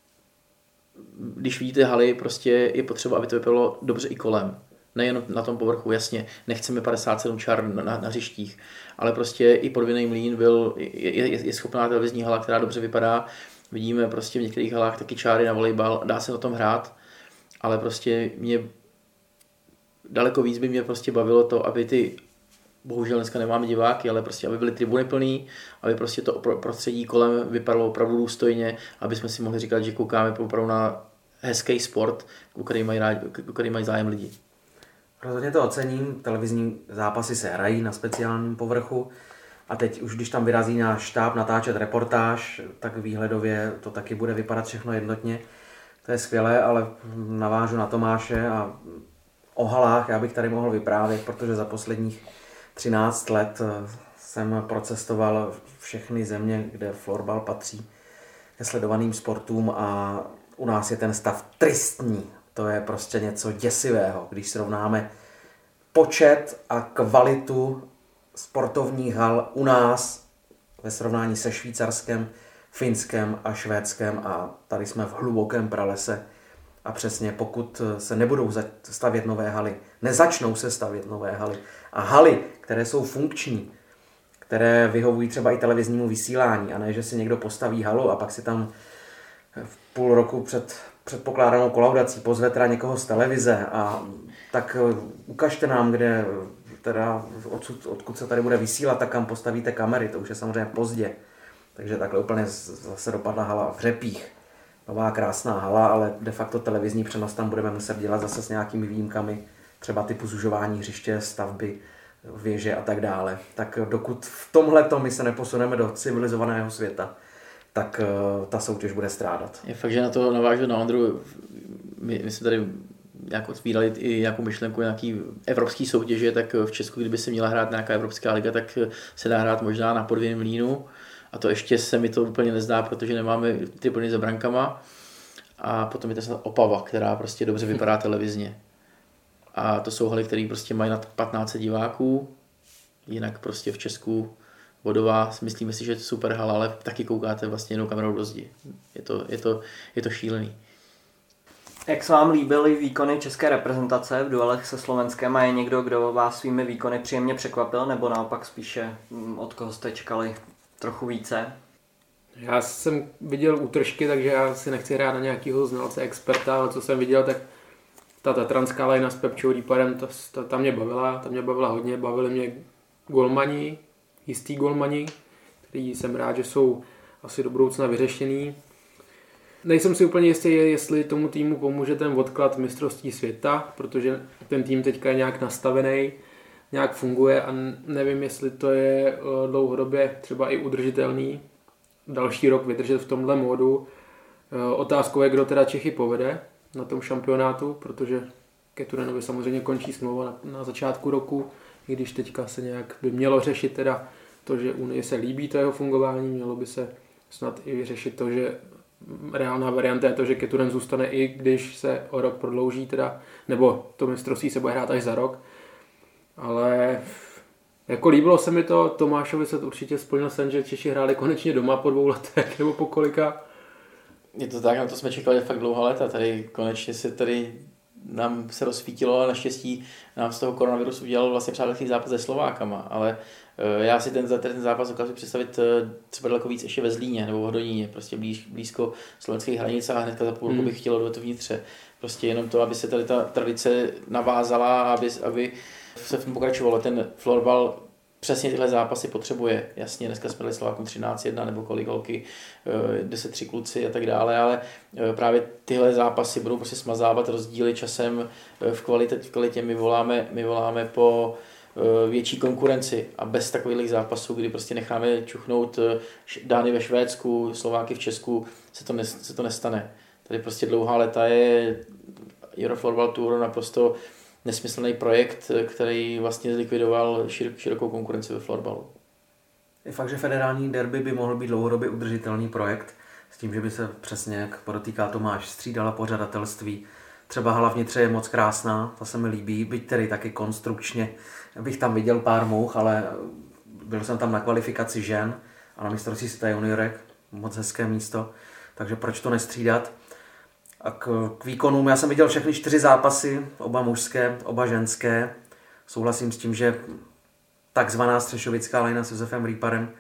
Když vidíte haly, prostě je potřeba, aby to vypadalo dobře i kolem. Nejen na tom povrchu, jasně, nechceme padesát sedm čar na, na, na hřištích, ale prostě i podvěrný mlýn byl, je, je, je schopná televizní hala, která dobře vypadá. Vidíme prostě v některých halách taky čáry na volejbal, dá se na tom hrát, ale prostě mě daleko víc by mě prostě bavilo to, aby ty, bohužel dneska nemáme diváky, ale prostě aby byly tribuny plný, aby prostě to prostředí kolem vypadalo opravdu důstojně, aby jsme si mohli říkat, že koukáme opravdu na hezký sport, u který mají, rád, u který mají zájem lidi. Rozhodně to ocením, televizní zápasy se hrají na speciálním povrchu a teď už když tam vyrazí náš štáb natáčet reportáž, tak výhledově to taky bude vypadat všechno jednotně. To je skvělé, ale navážu na Tomáše a o halách já bych tady mohl vyprávět, protože za posledních třináct let jsem procestoval všechny země, kde florbal patří ke sledovaným sportům a u nás je ten stav tristní. To je prostě něco děsivého, když srovnáme počet a kvalitu sportovních hal u nás ve srovnání se Švýcarskem, Finskem a Švédskem a tady jsme v hlubokém pralese a přesně pokud se nebudou stavět nové haly, nezačnou se stavět nové haly a haly, které jsou funkční, které vyhovují třeba i televiznímu vysílání a ne, že si někdo postaví halu a pak si tam v půl roku před předpokládanou kolaudací pozve teda někoho z televize a tak ukažte nám, kde teda odsud, odkud se tady bude vysílat, tak kam postavíte kamery, to už je samozřejmě pozdě. Takže takhle úplně zase dopadla hala v Řepích. Nová krásná hala, ale de facto televizní přenos tam budeme muset dělat zase s nějakými výjimkami, třeba typu zužování hřiště, stavby, věže a tak dále. Tak dokud v tomhletom my se neposuneme do civilizovaného světa, tak uh, ta soutěž bude strádat. Je fakt, že na to navážu na Ondru, my, my jsme tady nějak otvírali i nějakou myšlenku nějaký evropský soutěže, tak v Česku, kdyby se měla hrát nějaká evropská liga, tak se dá hrát možná na Podvěném Mlýnu. A to ještě se mi to úplně nezdá, protože nemáme ty plny za brankama. A potom je to Opava, která prostě dobře vypadá televizně. A to jsou haly, které prostě mají nad patnáct set diváků. Jinak prostě v Česku Vodová, myslíme si, že je to super hala, ale taky koukáte vlastně jednou kamerou do zdi. Je to, je to, je to šílený. Jak se vám líbily výkony české reprezentace v duelech se Slovenskem a je někdo, kdo vás svými výkony příjemně překvapil, nebo naopak spíše od koho jste čekali trochu více? Já jsem viděl útržky, takže já si nechci hrát na nějakého znalce, experta, ale co jsem viděl, tak ta tatranská lajna s Pepčou Rýparem, ta, ta, ta mě bavila, ta mě bavila hodně, bavili mě golmani, jistý golmani, který jsem rád, že jsou asi do budoucna vyřešený. Nejsem si úplně jistý, jestli tomu týmu pomůže ten odklad mistrovství světa, protože ten tým teďka je nějak nastavený, nějak funguje a nevím, jestli to je dlouhodobě třeba i udržitelný. Další rok vydržet v tomhle módu. Otázkou je, kdo teda Čechy povede na tom šampionátu, protože Keturenovi samozřejmě končí smlouva na, na začátku roku, i když teďka se nějak by mělo řešit teda to, že Unii se líbí to jeho fungování, mělo by se snad i vyřešit to, že reálná varianta je to, že Keturen zůstane, i když se o rok prodlouží teda, nebo to mistrovství se bude hrát až za rok. Ale jako líbilo se mi to, Tomášovi se to určitě splnil sen, že Češi hráli konečně doma po dvou letech, nebo po kolika. Je to tak, na to jsme čekali fakt dlouhá léta, tady konečně se tady nám se rozsvítilo a naštěstí nám z toho koronavirusu udělal vlastně přátelský zápas se Slovákama, ale já si ten, ten zápas dokážu představit třeba daleko víc ještě ve Zlíně nebo v Hodoníně, prostě blíž, blízko slovenských hranic a hnedka za půl roku bych chtěl do to vnitře. Prostě jenom to, aby se tady ta tradice navázala a aby, aby se v tom pokračovalo. Ten florbal přesně tyhle zápasy potřebuje. Jasně, dneska jsme dali Slovákům třináct jedna nebo kolik holky, deset tři kluci a tak dále, ale právě tyhle zápasy budou prostě smazávat rozdíly časem v kvalitě. V kvalitě my voláme, my voláme po větší konkurenci a bez takových zápasů, kdy prostě necháme čuchnout Dány ve Švédsku, Slováky v Česku, se to, ne, se to nestane. Tady prostě dlouhá léta je Euroflorbal Tour naprosto nesmyslný projekt, který vlastně zlikvidoval širokou konkurenci ve florbalu. Je fakt, že federální derby by mohl být dlouhodobě udržitelný projekt, s tím, že by se přesně, jak podotýká Tomáš, střídala pořadatelství. Třeba hala vnitře je moc krásná, ta se mi líbí, byť tedy taky konstrukčně. Bych tam viděl pár mouch, ale byl jsem tam na kvalifikaci žen a na mistrovství světa juniorek, moc hezké místo, takže proč to nestřídat. A k, k výkonům, já jsem viděl všechny čtyři zápasy, oba mužské, oba ženské. Souhlasím s tím, že takzvaná střešovická lajna s Josefem Rýparem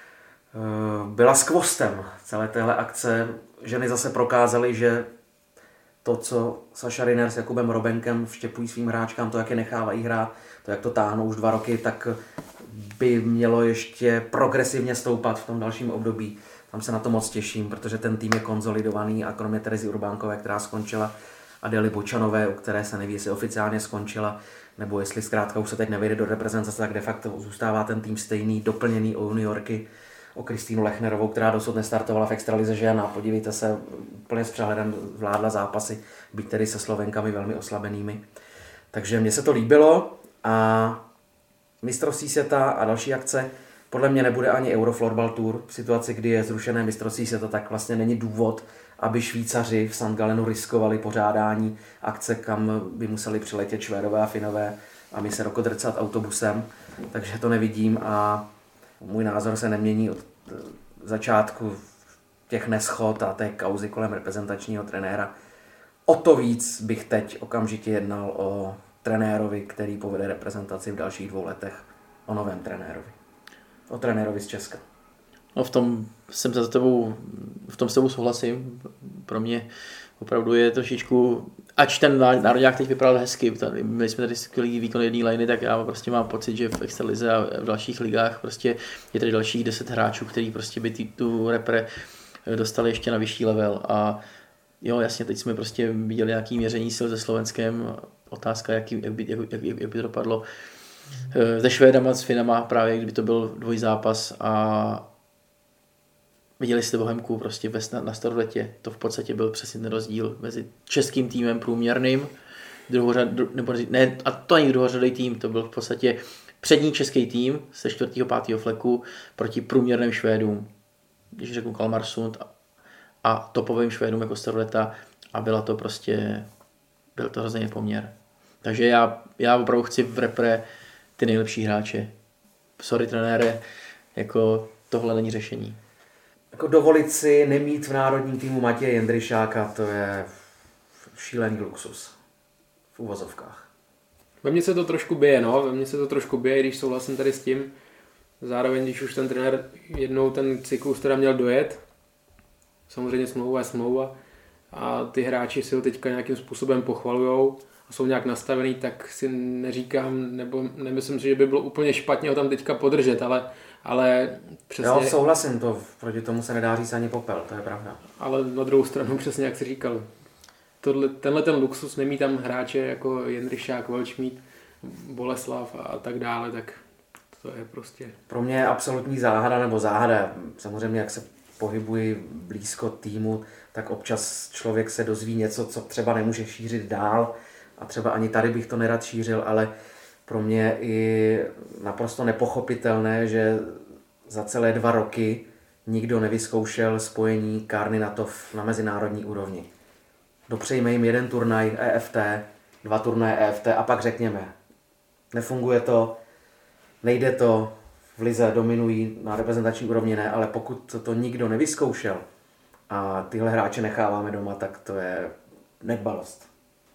byla skvostem celé téhle akce. Ženy zase prokázaly, že to, co Saša Rinner s Jakubem Robenkem vštěpují svým hráčkám, to, jak je nechávají hrát, to, jak to táhnou už dva roky, tak by mělo ještě progresivně stoupat v tom dalším období. Tam se na to moc těším, protože ten tým je konzolidovaný a kromě Terezy Urbánkové, která skončila, Adély Bočanové, u které se neví, jestli oficiálně skončila, nebo jestli zkrátka už se teď nevejde do reprezentace, tak de facto zůstává ten tým stejný, doplněný o juniorky, o Kristýnu Lechnerovou, která dosud nestartovala v extralize žen a podívejte se, úplně s přehledem zvládla zápasy, byť tedy se Slovenkami velmi oslabenými. Takže mně se to líbilo a mistrovství světa a další akce podle mě nebude ani Euroflorbal Tour. V situaci, kdy je zrušené mistrovství světa, tak vlastně není důvod, aby Švýcaři v Sankt Gallenu riskovali pořádání akce, kam by museli přiletět Švédové a Finové a my se rokodrcat autobusem. Takže to nevidím a můj názor se nemění od začátku těch neschod a té kauzy kolem reprezentačního trenéra. O to víc bych teď okamžitě jednal o trenérovi, který povede reprezentaci v dalších dvou letech, o novém trenérovi. O trenérovi z Česka. No v tom jsem za tebou, v tom s tebou souhlasím. Pro mě opravdu je trošičku, ač ten národňák teď vypadal hezky, my jsme tady skvělý výkon jedné liny, tak já prostě mám pocit, že v extralize a v dalších ligách prostě je tady dalších deset hráčů, kteří prostě by tý, tu repre dostali ještě na vyšší level. A jo, jasně, teď jsme prostě viděli nějaké měření sil se Slovenskem, otázka, jak, jak, by, jak, jak, jak by to dopadlo se Švédama, s Finama, právě kdyby to byl dvojzápas a viděli jste Bohemku prostě na, na Staroletě, to v podstatě byl přesně ten rozdíl mezi českým týmem průměrným, druhořad, nebo ne, a to ani druhořadý tým, to byl v podstatě přední český tým se čtvrtého, pátého fleku proti průměrným Švédům, když řeknu Kalmarsund a, a topovým Švédům jako Staroleta a byla to prostě, byl to hrozný poměr. Takže já, já opravdu chci v repre ty nejlepší hráče. Sorry trenére, jako tohle není řešení. Jako dovolit si nemít v národním týmu Matěje Jindřišáka, to je šílený luxus v uvozovkách. Ve mně se to trošku bije, no, ve mně se to trošku bije, když souhlasím tady s tím. Zároveň, když už ten trenér jednou ten cyklus teda měl dojet, samozřejmě smlouva je smlouva a ty hráči si ho teďka nějakým způsobem pochvalujou a jsou nějak nastavený, tak si neříkám, nebo nemyslím si, že by bylo úplně špatně ho tam teďka podržet, ale ale přesně... Jo, souhlasím, to proti tomu se nedá říct ani popel, to je pravda. Ale na druhou stranu přesně jak jsi říkal, tohle, tenhle ten luxus nemí tam hráče jako Jindřišák, Welčmít, Boleslav a tak dále, tak to je prostě... Pro mě je absolutní záhada nebo záhada, samozřejmě jak se pohybuji blízko týmu, tak občas člověk se dozví něco, co třeba nemůže šířit dál a třeba ani tady bych to nerad šířil, ale pro mě je i naprosto nepochopitelné, že za celé dva roky nikdo nevyzkoušel spojení Kárny Natov na mezinárodní úrovni. Dopřejme jim jeden turnaj E F T, dva turnaje E F T a pak řekněme, nefunguje to, nejde to, v lize dominují, na reprezentační úrovni ne, ale pokud to nikdo nevyzkoušel a tyhle hráče necháváme doma, tak to je nedbalost.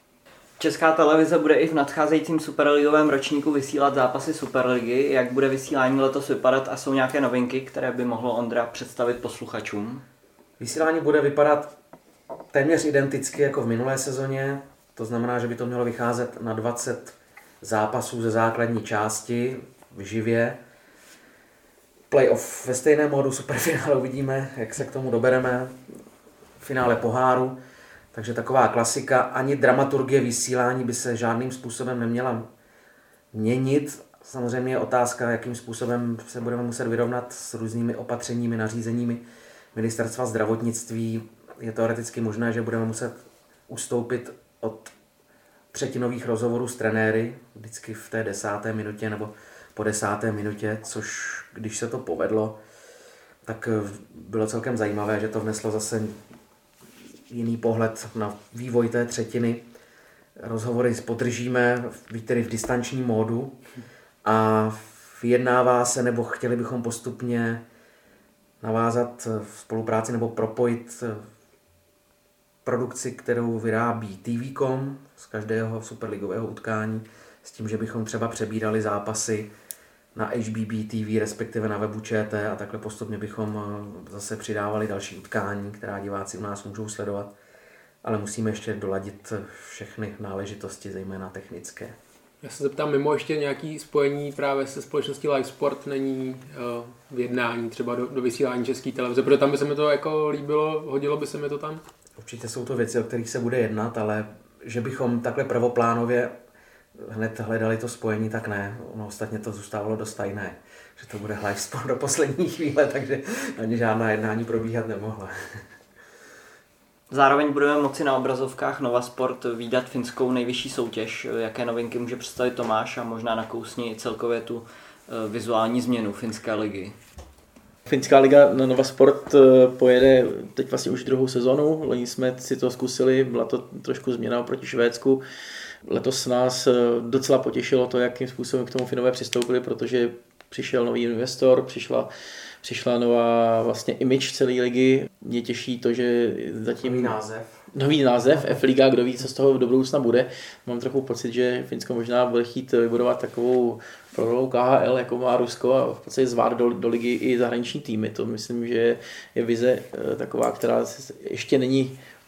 Česká televize bude i v nadcházejícím superligovém ročníku vysílat zápasy Superligy. Jak bude vysílání letos vypadat a jsou nějaké novinky, které by mohlo Ondra představit posluchačům? Vysílání bude vypadat téměř identicky jako v minulé sezóně. To znamená, že by to mělo vycházet na dvacet zápasů ze základní části v živě. Playoff ve stejném módu, superfinále uvidíme, jak se k tomu dobereme. Finále poháru. Takže taková klasika, ani dramaturgie vysílání by se žádným způsobem neměla měnit. Samozřejmě je otázka, jakým způsobem se budeme muset vyrovnat s různými opatřeními, nařízeními Ministerstva zdravotnictví. Je teoreticky možné, že budeme muset ustoupit od třetinových rozhovorů s trenéry, vždycky v té desáté minutě nebo po desáté minutě, což když se to povedlo, tak bylo celkem zajímavé, že to vneslo zase jiný pohled na vývoj té třetiny. Rozhovory podržíme tedy v distančním módu a vyjednává se, nebo chtěli bychom postupně navázat spolupráci nebo propojit produkci, kterou vyrábí T V tečka com z každého superligového utkání, s tím, že bychom třeba přebírali zápasy na H B B T V, respektive na webu Č T a takhle postupně bychom zase přidávali další utkání, která diváci u nás můžou sledovat, ale musíme ještě doladit všechny náležitosti, zejména technické. Já se zeptám, mimo ještě nějaké spojení právě se společností Live Sport není uh, v jednání třeba do, do vysílání České televize, protože tam by se mi to jako líbilo, hodilo by se mi to tam? Určitě jsou to věci, o kterých se bude jednat, ale že bychom takhle prvoplánově hned hledali to spojení, tak ne. Ono ostatně to zůstávalo dost tajné, že to bude Live Sport do poslední chvíle, takže ani žádná jednání probíhat nemohla. Zároveň budeme moci na obrazovkách Nova Sport vídat finskou nejvyšší soutěž. Jaké novinky může představit Tomáš a možná nakousni celkově tu vizuální změnu finské ligy? Finská liga na Nova Sport pojede teď vlastně už druhou sezonu. Loni jsme si to zkusili, byla to trošku změna oproti Švédsku. Letos nás docela potěšilo to, jakým způsobem k tomu Finové přistoupili, protože přišel nový investor, přišla, přišla nová vlastně image celé ligy. Mě těší to, že zatím... Nový název. Nový název, F-liga, kdo ví, co z toho do budoucna bude. Mám trochu pocit, že Finsko možná bude chtít vybudovat takovou prorovou K H L, jako má Rusko, a v podstatě zvát do, do ligy i zahraniční týmy. To myslím, že je vize taková, která ještě není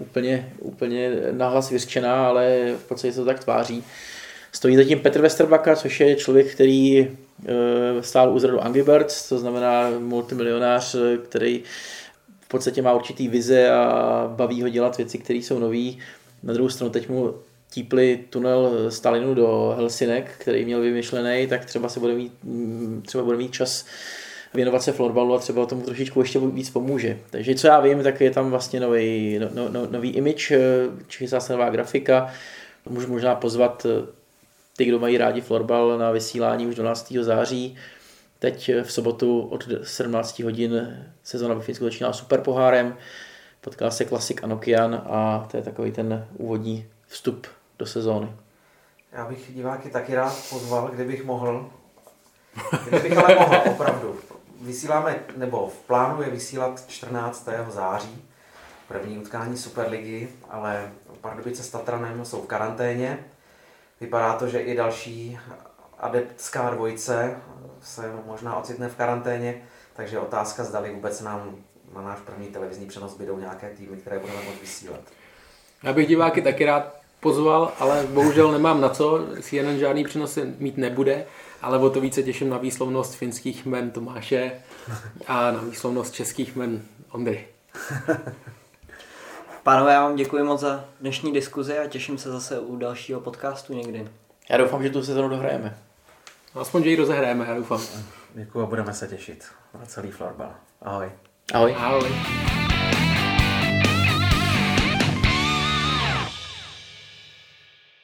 úplně, úplně nahlas vyřčená, ale v podstatě to tak tváří. Stojí zatím Petr Westerbacka, což je člověk, který e, stál u zrodu Angry Birds, to znamená multimilionář, který v podstatě má určitý vize a baví ho dělat věci, které jsou nový. Na druhou stranu teď mu típli tunel Stalinu do Helsinek, který měl vymyšlený, tak třeba se bude mít, třeba bude mít čas věnovat se florbalu a třeba tomu trošičku ještě víc pomůže. Takže co já vím, tak je tam vlastně nový, no, no, nový image, chystá se nová grafika. Můžu možná pozvat ty, kdo mají rádi florbal, na vysílání už dvanáctého září. Teď v sobotu od sedmnáct hodin sezona ve Finsku začíná super pohárem. Potká se Klasik a Nokian a to je takový ten úvodní vstup do sezóny. Já bych diváky taky rád pozval, kdybych mohl. Kdybych ale mohl, opravdu. Vysíláme, nebo v plánu je vysílat čtrnáctého září, první utkání Superligy, ale Pardubice s Tatranem jsou v karanténě. Vypadá to, že i další adeptská dvojice se možná ocitne v karanténě, takže otázka, zdali vůbec nám na náš první televizní přenos bydou nějaké týmy, které budeme moct vysílat. Já bych diváky taky rád pozval, ale bohužel nemám na co, C N N žádný přenosy mít nebude, ale o to více těším na výslovnost finských jmen Tomáše a na výslovnost českých jmen Ondry. Pánové, já vám děkuji moc za dnešní diskuzi a těším se zase u dalšího podcastu někdy. Já doufám, že tu sezonu dohrajeme. Aspoň, že ji rozehrajeme, já doufám. Děkuji a budeme se těšit na celý florbal. Ahoj. Ahoj. Ahoj.